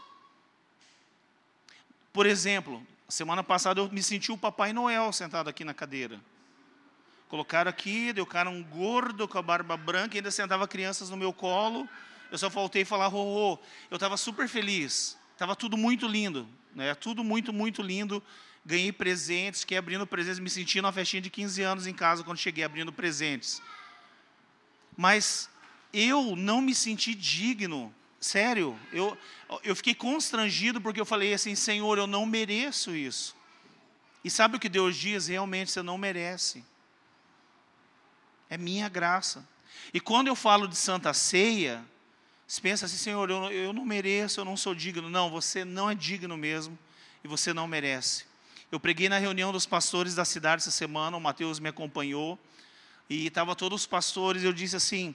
Por exemplo, semana passada eu me senti o Papai Noel sentado aqui na cadeira. Colocaram aqui, deu cara um gordo com a barba branca, ainda sentava crianças no meu colo. Eu só faltei falar rorô. Eu estava super feliz, estava tudo muito lindo, né? Tudo muito, muito lindo. Ganhei presentes, fiquei abrindo presentes, me senti numa festinha de 15 anos em casa quando cheguei abrindo presentes. Mas eu não me senti digno, sério. Eu fiquei constrangido porque eu falei assim, Senhor, eu não mereço isso. E sabe o que Deus diz? Realmente você não merece. É minha graça. E quando eu falo de Santa Ceia, você pensa assim, Senhor, eu não mereço, eu não sou digno. Não, você não é digno mesmo e você não merece. Eu preguei na reunião dos pastores da cidade essa semana, o Mateus me acompanhou, e estavam todos os pastores, e eu disse assim,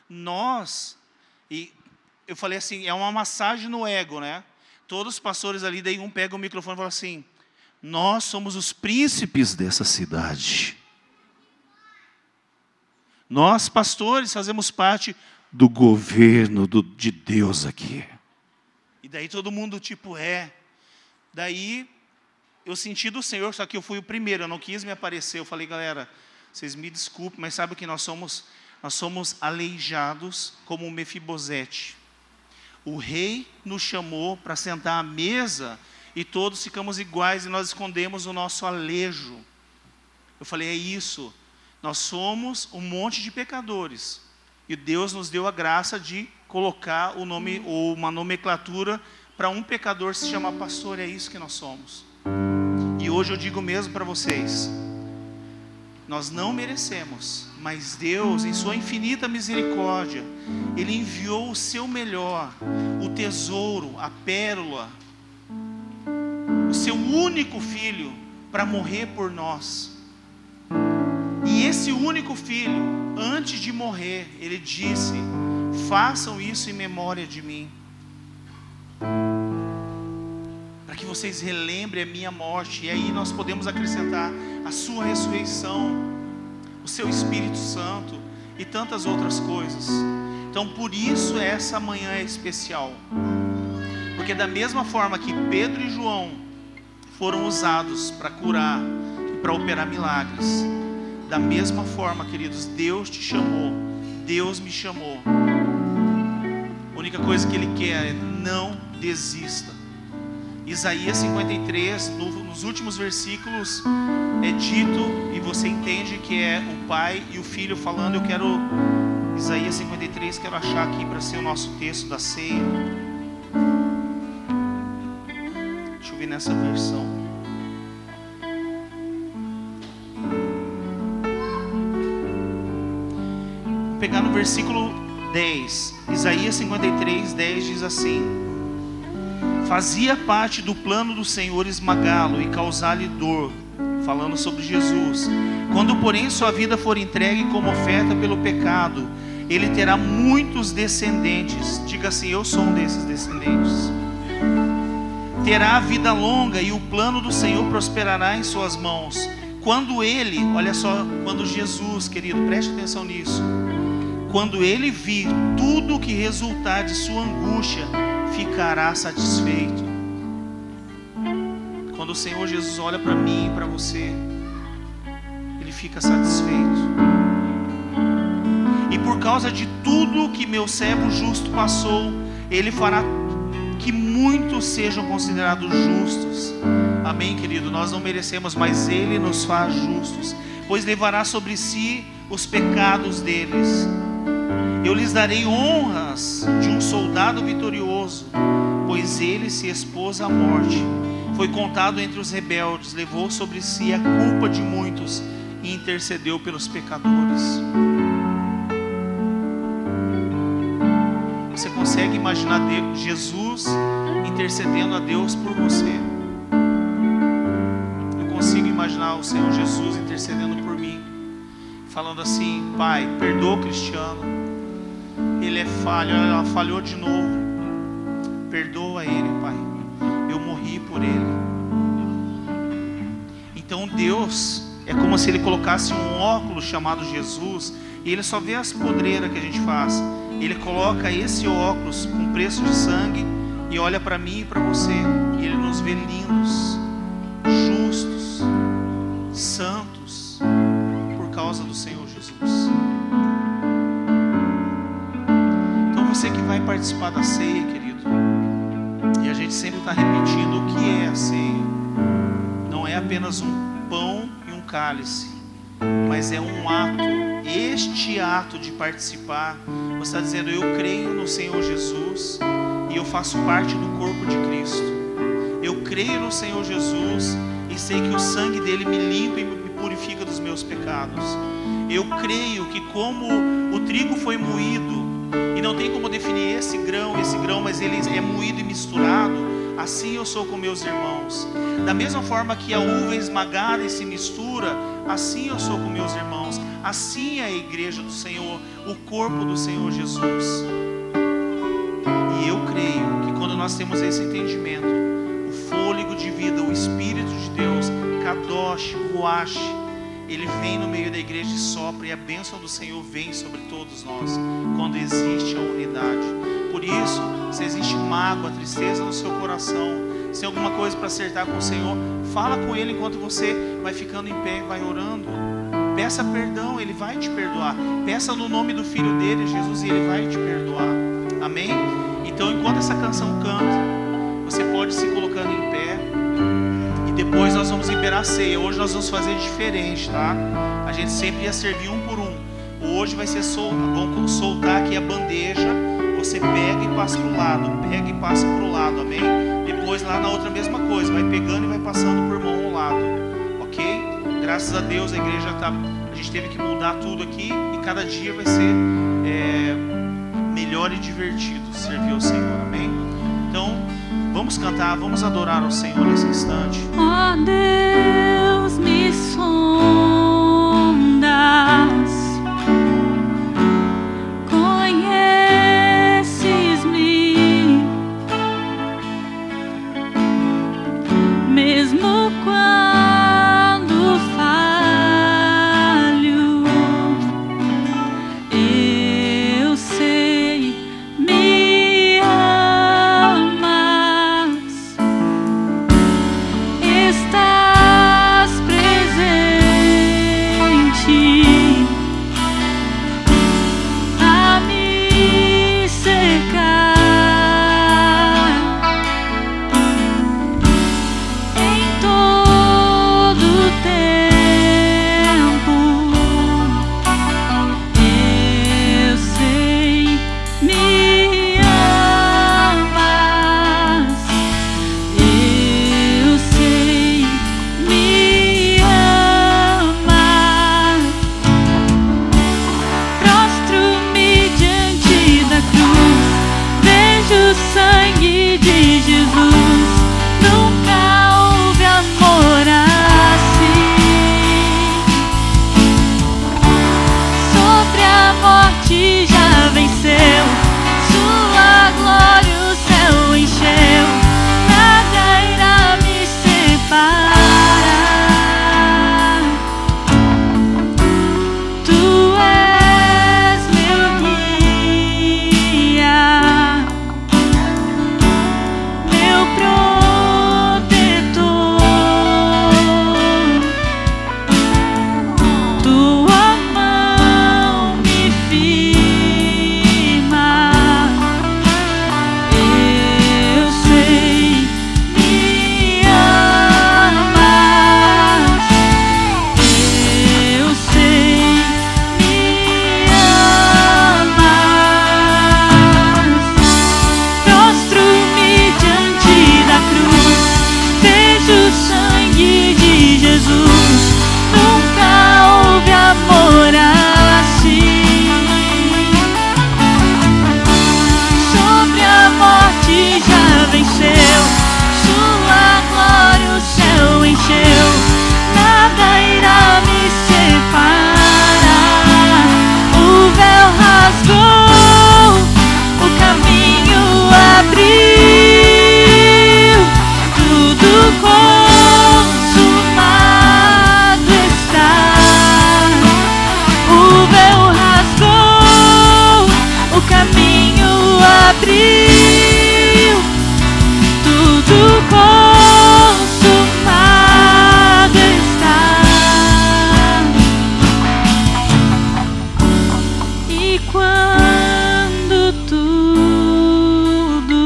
e eu falei assim, é uma massagem no ego, né? Todos os pastores ali, daí um pega o microfone e fala assim, nós somos os príncipes dessa cidade. Nós, pastores, fazemos parte do governo de Deus aqui. E daí todo mundo tipo, Daí eu senti do Senhor, só que eu fui o primeiro, eu não quis me aparecer. Eu falei, galera, vocês me desculpem, mas sabe que nós somos Nós somos aleijados como Mefibosete. O rei nos chamou para sentar à mesa e todos ficamos iguais e nós escondemos o nosso alejo. Eu falei, é isso. Nós somos um monte de pecadores. E Deus nos deu a graça de colocar o nome ou uma nomenclatura para um pecador se chamar pastor. É isso que nós somos. E hoje eu digo mesmo para vocês, nós não merecemos, mas Deus, em sua infinita misericórdia, Ele enviou o seu melhor, o tesouro, a pérola, o seu único filho, para morrer por nós. E esse único filho, antes de morrer, Ele disse, façam isso em memória de mim, para que vocês relembrem a minha morte. E aí nós podemos acrescentar a sua ressurreição, o seu Espírito Santo e tantas outras coisas. Então por isso essa manhã é especial, porque da mesma forma que Pedro e João foram usados para curar e para operar milagres, da mesma forma, queridos, Deus te chamou, Deus me chamou. A única coisa que Ele quer é não desista. Isaías 53, nos últimos versículos, é dito, e você entende que é o pai e o filho falando. Eu quero, Isaías 53, quero achar aqui para ser o nosso texto da ceia. Deixa eu ver nessa versão. Vou pegar no versículo 10. Isaías 53, 10 diz assim: fazia parte do plano do Senhor esmagá-lo e causar-lhe dor, falando sobre Jesus. Quando, porém, sua vida for entregue como oferta pelo pecado, ele terá muitos descendentes. Diga assim, eu sou um desses descendentes. Terá vida longa e o plano do Senhor prosperará em suas mãos. Quando ele, olha só, quando Jesus, querido, preste atenção nisso. Quando ele vir tudo o que resultar de sua angústia, ficará satisfeito. Quando o Senhor Jesus olha para mim e para você, Ele fica satisfeito. E por causa de tudo que meu servo justo passou, Ele fará que muitos sejam considerados justos. Amém, querido? Nós não merecemos, mas Ele nos faz justos, pois levará sobre si os pecados deles. Eu lhes darei honras de um soldado vitorioso, pois ele se expôs à morte. Foi contado entre os rebeldes, levou sobre si a culpa de muitos e intercedeu pelos pecadores. Você consegue imaginar Jesus intercedendo a Deus por você? Eu consigo imaginar o Senhor Jesus intercedendo por mim, falando assim: Pai, perdoa o Cristiano. Ele é falho, ela falhou de novo. Perdoa ele, Pai. Eu morri por ele. Então Deus é como se Ele colocasse um óculos chamado Jesus, e Ele só vê as podreiras que a gente faz. Ele coloca esse óculos com preço de sangue e olha para mim e para você, e Ele nos vê lindos, justos, santos, por causa do Senhor Jesus. Você que vai participar da ceia, querido, e a gente sempre está repetindo o que é a ceia. Não é apenas um pão e um cálice, mas é um ato. Este ato de participar, você está dizendo: eu creio no Senhor Jesus e eu faço parte do corpo de Cristo. Eu creio no Senhor Jesus e sei que o sangue dele me limpa e me purifica dos meus pecados. Eu creio que como o trigo foi moído, e não tem como definir esse grão, mas ele é moído e misturado, assim eu sou com meus irmãos. Da mesma forma que a uva é esmagada e se mistura, assim eu sou com meus irmãos. Assim é a igreja do Senhor, o corpo do Senhor Jesus. E eu creio que quando nós temos esse entendimento, o fôlego de vida, o Espírito de Deus, Kadosh, Ruach, Ele vem no meio da igreja e sopra, e a bênção do Senhor vem sobre todos nós, quando existe a unidade. Por isso, se existe mágoa, tristeza no seu coração, se tem alguma coisa para acertar com o Senhor, fala com Ele enquanto você vai ficando em pé, vai orando. peça perdão, Ele vai te perdoar. Peça no nome do Filho dele, Jesus, e Ele vai te perdoar. Amém? Então, enquanto essa canção canta, você pode se colocando em pé. E depois nós vamos liberar a ceia. Hoje nós vamos fazer diferente, tá? A gente sempre ia servir um por um. Hoje vai ser vamos soltar aqui a bandeja. Você pega e passa para o lado. Pega e passa para o lado, amém? Depois lá na outra mesma coisa. Vai pegando e vai passando por mão ao lado. Ok? Graças a Deus a igreja tá... A gente teve que mudar tudo aqui. E cada dia vai ser melhor e divertido servir ao Senhor, amém? Então, vamos cantar, vamos adorar ao Senhor nesse instante. Ó Deus, me sondas, conheces-me, mesmo quando falho, eu sei, me amas, estás presente a me cercar em todo tempo. Eu sei, me amas. Eu sei, me amas. Prostro-me diante da cruz, vejo o sangue de Jesus. Nunca houve amor assim. Sobre a morte já venceu, sua glória o céu encheu. Nada irá me separar. Tu és meu guia, meu protetor. Tua mão me firma. Eu sei, me amas. Eu sei, me amas. Prostro-me diante da cruz, vejo o sangue de Jesus. Nunca houve amor assim. Sobre a morte já venceu, sua glória o céu encheu. Nada irá me separar. O véu rasgou, o caminho abriu, tudo consumado está. O véu rasgou, o caminho abriu, tudo consumado está. E quando tudo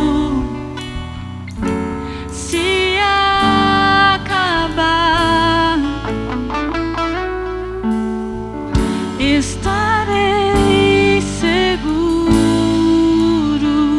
se acabar, estarei seguro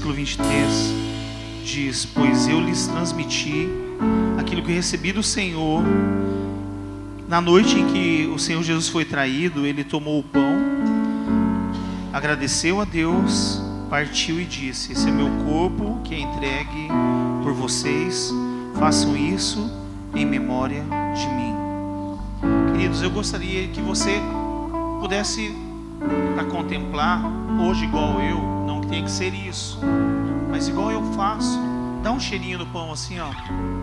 versículo 23, diz: pois eu lhes transmiti aquilo que recebi do Senhor. Na noite em que o Senhor Jesus foi traído, ele tomou o pão, agradeceu a Deus, partiu e disse: esse é meu corpo que é entregue por vocês, façam isso em memória de mim. Queridos, eu gostaria que você pudesse para contemplar hoje igual eu, não tem que ser isso, mas igual eu faço, dá um cheirinho no pão assim, ó.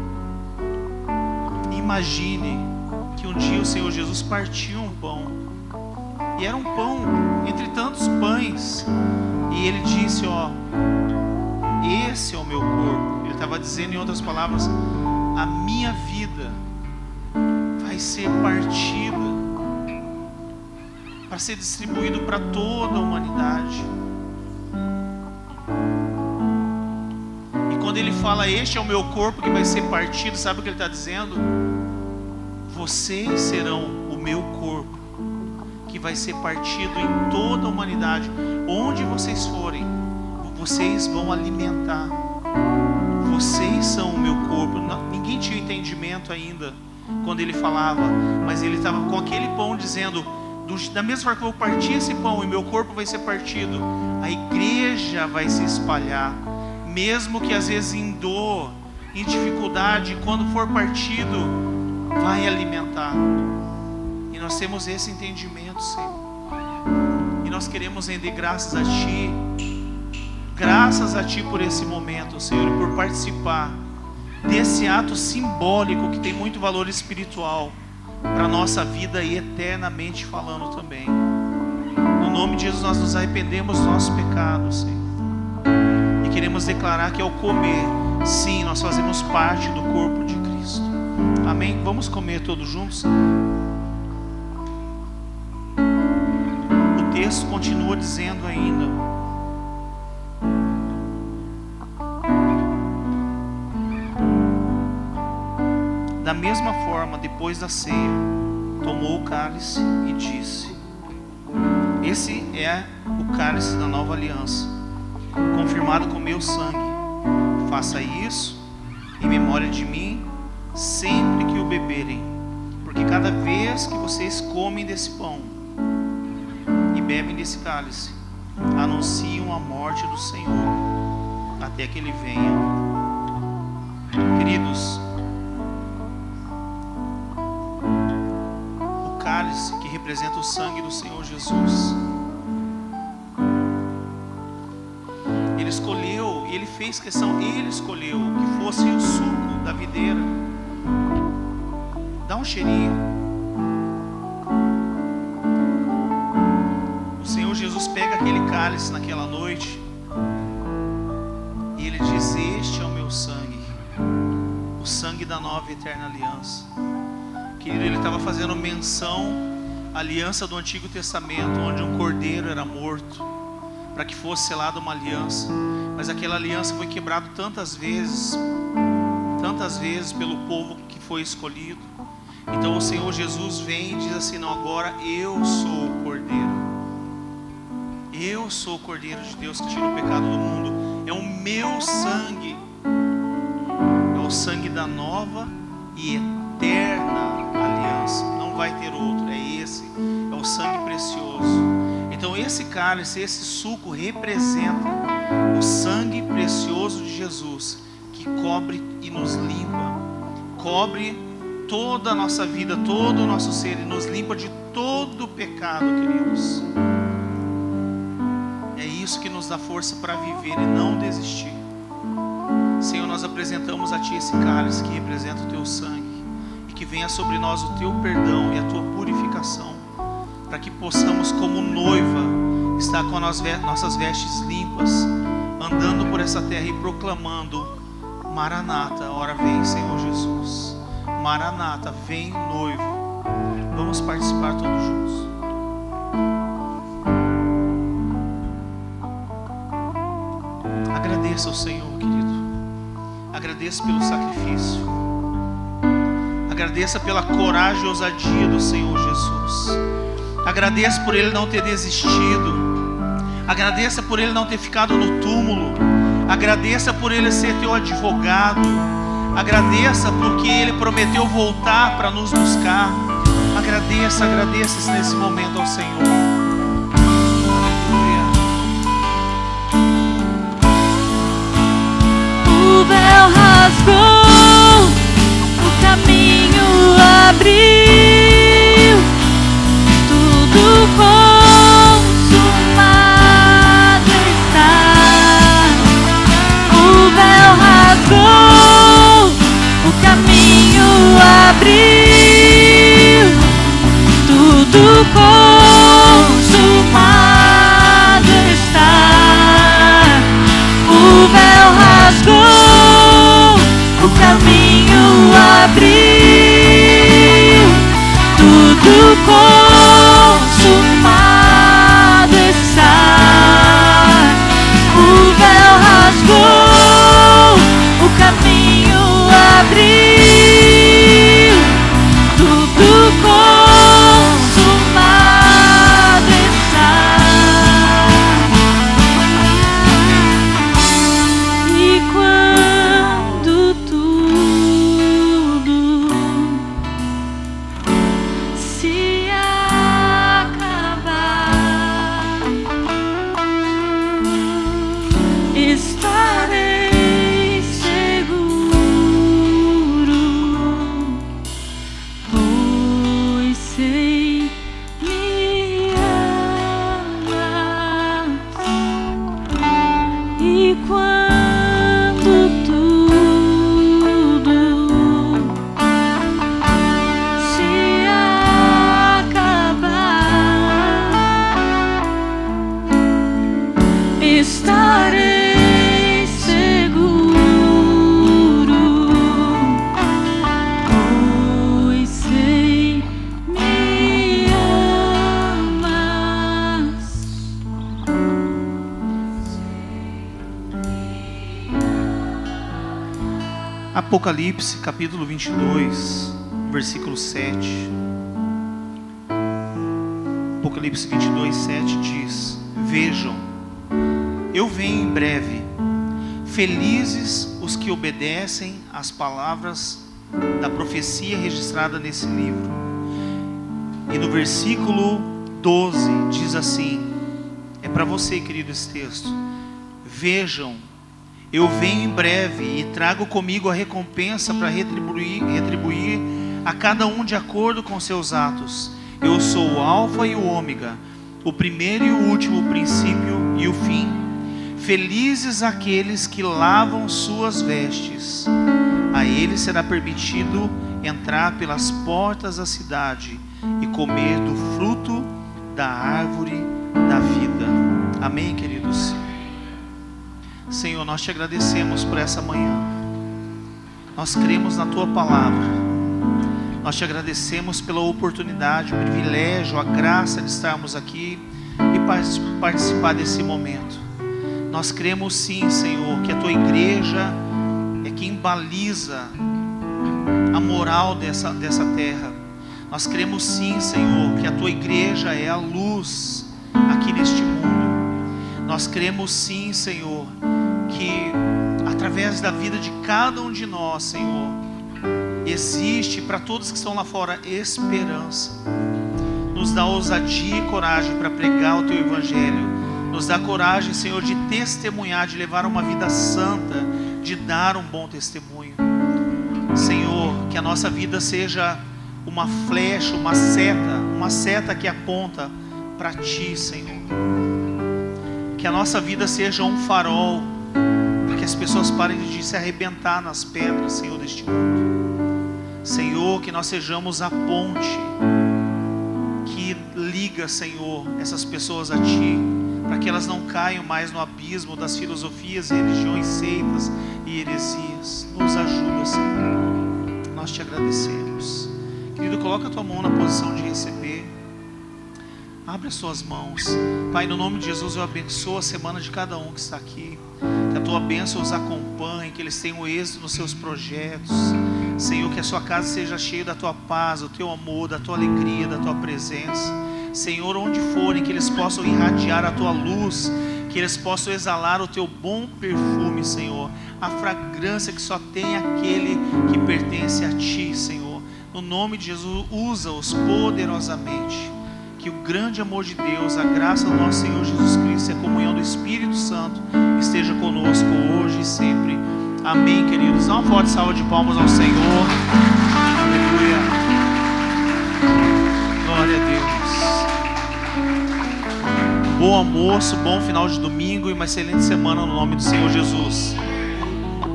Imagine que um dia o Senhor Jesus partiu um pão, e era um pão entre tantos pães, e ele disse: ó, esse é o meu corpo. Ele estava dizendo, em outras palavras, a minha vida vai ser partida para ser distribuído para toda a humanidade. E quando ele fala: este é o meu corpo que vai ser partido, sabe o que ele está dizendo? Vocês serão o meu corpo que vai ser partido em toda a humanidade. Onde vocês forem, vocês vão alimentar. Vocês são o meu corpo. Ninguém tinha entendimento ainda quando ele falava, mas ele estava com aquele pão dizendo: da mesma forma que eu vou partir esse pão e meu corpo vai ser partido, a igreja vai se espalhar, mesmo que às vezes em dor, em dificuldade, quando for partido, vai alimentar. E nós temos esse entendimento, Senhor, e nós queremos render graças a Ti por esse momento, Senhor, e por participar desse ato simbólico que tem muito valor espiritual para a nossa vida e eternamente falando também. No nome de Jesus, nós nos arrependemos dos nossos pecados, Senhor, e queremos declarar que ao comer, sim, nós fazemos parte do corpo de Cristo. Amém? Vamos comer todos juntos? O texto continua dizendo ainda: da mesma forma, depois da ceia, tomou o cálice e disse: esse é o cálice da nova aliança, confirmado com meu sangue. Faça isso em memória de mim sempre que o beberem, porque cada vez que vocês comem desse pão e bebem desse cálice, anunciam a morte do Senhor até que Ele venha. Queridos, o cálice que representa o sangue do Senhor Jesus, Ele escolheu, e Ele fez questão, Ele escolheu que fosse o suco da videira. Dá um cheirinho. O Senhor Jesus pega aquele cálice naquela noite e Ele diz: este é o meu sangue, o sangue da nova e eterna aliança. Querido, Ele estava fazendo menção à aliança do Antigo Testamento, onde um cordeiro era morto para que fosse selada uma aliança, mas aquela aliança foi quebrada tantas vezes pelo povo que foi escolhido. Então o Senhor Jesus vem e diz assim: não, agora eu sou o cordeiro, eu sou o cordeiro de Deus que tira o pecado do mundo. É o meu sangue, é o sangue da nova e eterna aliança, não vai ter outro, é esse, é o sangue precioso. Então esse cálice, esse suco representa o sangue precioso de Jesus, que cobre e nos limpa, cobre toda a nossa vida, todo o nosso ser, e nos limpa de todo o pecado, queridos. É isso que nos dá força para viver e não desistir. Senhor, nós apresentamos a Ti esse cálice que representa o Teu sangue, e que venha sobre nós o Teu perdão e a Tua purificação, para que possamos, como noiva, estar com as nossas vestes limpas, andando por essa terra e proclamando: Maranata, ora vem, Senhor Jesus. Maranata, vem noivo. Vamos participar todos juntos. Agradeça ao Senhor, querido. Agradeça pelo sacrifício. Agradeça pela coragem e ousadia do Senhor Jesus. Agradeça por Ele não ter desistido. Agradeça por Ele não ter ficado no túmulo. Agradeça por Ele ser teu advogado. Agradeça porque Ele prometeu voltar para nos buscar. Agradeça nesse momento ao Senhor. Aleluia. O véu rasgou, o caminho abriu, tudo consumado está. O véu rasgou, o caminho abriu, tudo consumado está. O véu rasgou, o caminho abriu, tudo consumado está. O véu rasgou, o caminho abriu, tudo consumado está. E quando tudo se acabar, estarei seguro, pois sei me amas. E quando tudo se acabar, estarei seguro, pois sei me amas. Apocalipse capítulo 22, versículo 7. Apocalipse 22, 7 diz: Vejam, eu venho em breve. Felizes os que obedecem às palavras da profecia registrada nesse livro. E no versículo 12 diz assim, é para você, querido, esse texto: Vejam, eu venho em breve e trago comigo a recompensa para retribuir a cada um de acordo com seus atos. Eu sou o Alfa e o Ômega, o primeiro e o último, o princípio e o fim. Felizes aqueles que lavam suas vestes. A eles será permitido entrar pelas portas da cidade e comer do fruto da árvore da vida. Amém, queridos? Senhor, nós te agradecemos por essa manhã. Nós cremos na tua palavra. Nós te agradecemos pela oportunidade, o privilégio, a graça de estarmos aqui e participar desse momento. Nós cremos sim, Senhor, que a tua igreja é quem baliza a moral dessa terra. Nós cremos sim, Senhor, que a tua igreja é a luz aqui neste mundo. Nós cremos sim, Senhor, que através da vida de cada um de nós, Senhor, existe para todos que estão lá fora esperança. Nos dá ousadia e coragem para pregar o teu evangelho. Nos dá coragem, Senhor, de testemunhar, de levar uma vida santa, de dar um bom testemunho. Senhor, que a nossa vida seja uma flecha, uma seta que aponta para ti, Senhor. Que a nossa vida seja um farol, para que as pessoas parem de se arrebentar nas pedras, Senhor, deste mundo. Senhor, que nós sejamos a ponte que liga, Senhor, essas pessoas a ti, para que elas não caiam mais no abismo das filosofias, religiões, seitas e heresias. Nos ajuda, Senhor. Nós te agradecemos. Querido, coloca a tua mão na posição de receber. Abre as suas mãos. Pai, no nome de Jesus, eu abençoo a semana de cada um que está aqui. Que a tua bênção os acompanhe, que eles tenham êxito nos seus projetos. Senhor, que a sua casa seja cheia da tua paz, do teu amor, da tua alegria, da tua presença. Senhor, onde forem, que eles possam irradiar a tua luz, que eles possam exalar o teu bom perfume, Senhor, a fragrância que só tem aquele que pertence a ti, Senhor. No nome de Jesus, usa-os poderosamente. Que o grande amor de Deus, a graça do nosso Senhor Jesus Cristo e a comunhão do Espírito Santo esteja conosco hoje e sempre. Amém, queridos. Dá uma forte salva de palmas ao Senhor. Aleluia. Glória a Deus. Bom almoço, bom final de domingo e uma excelente semana no nome do Senhor Jesus.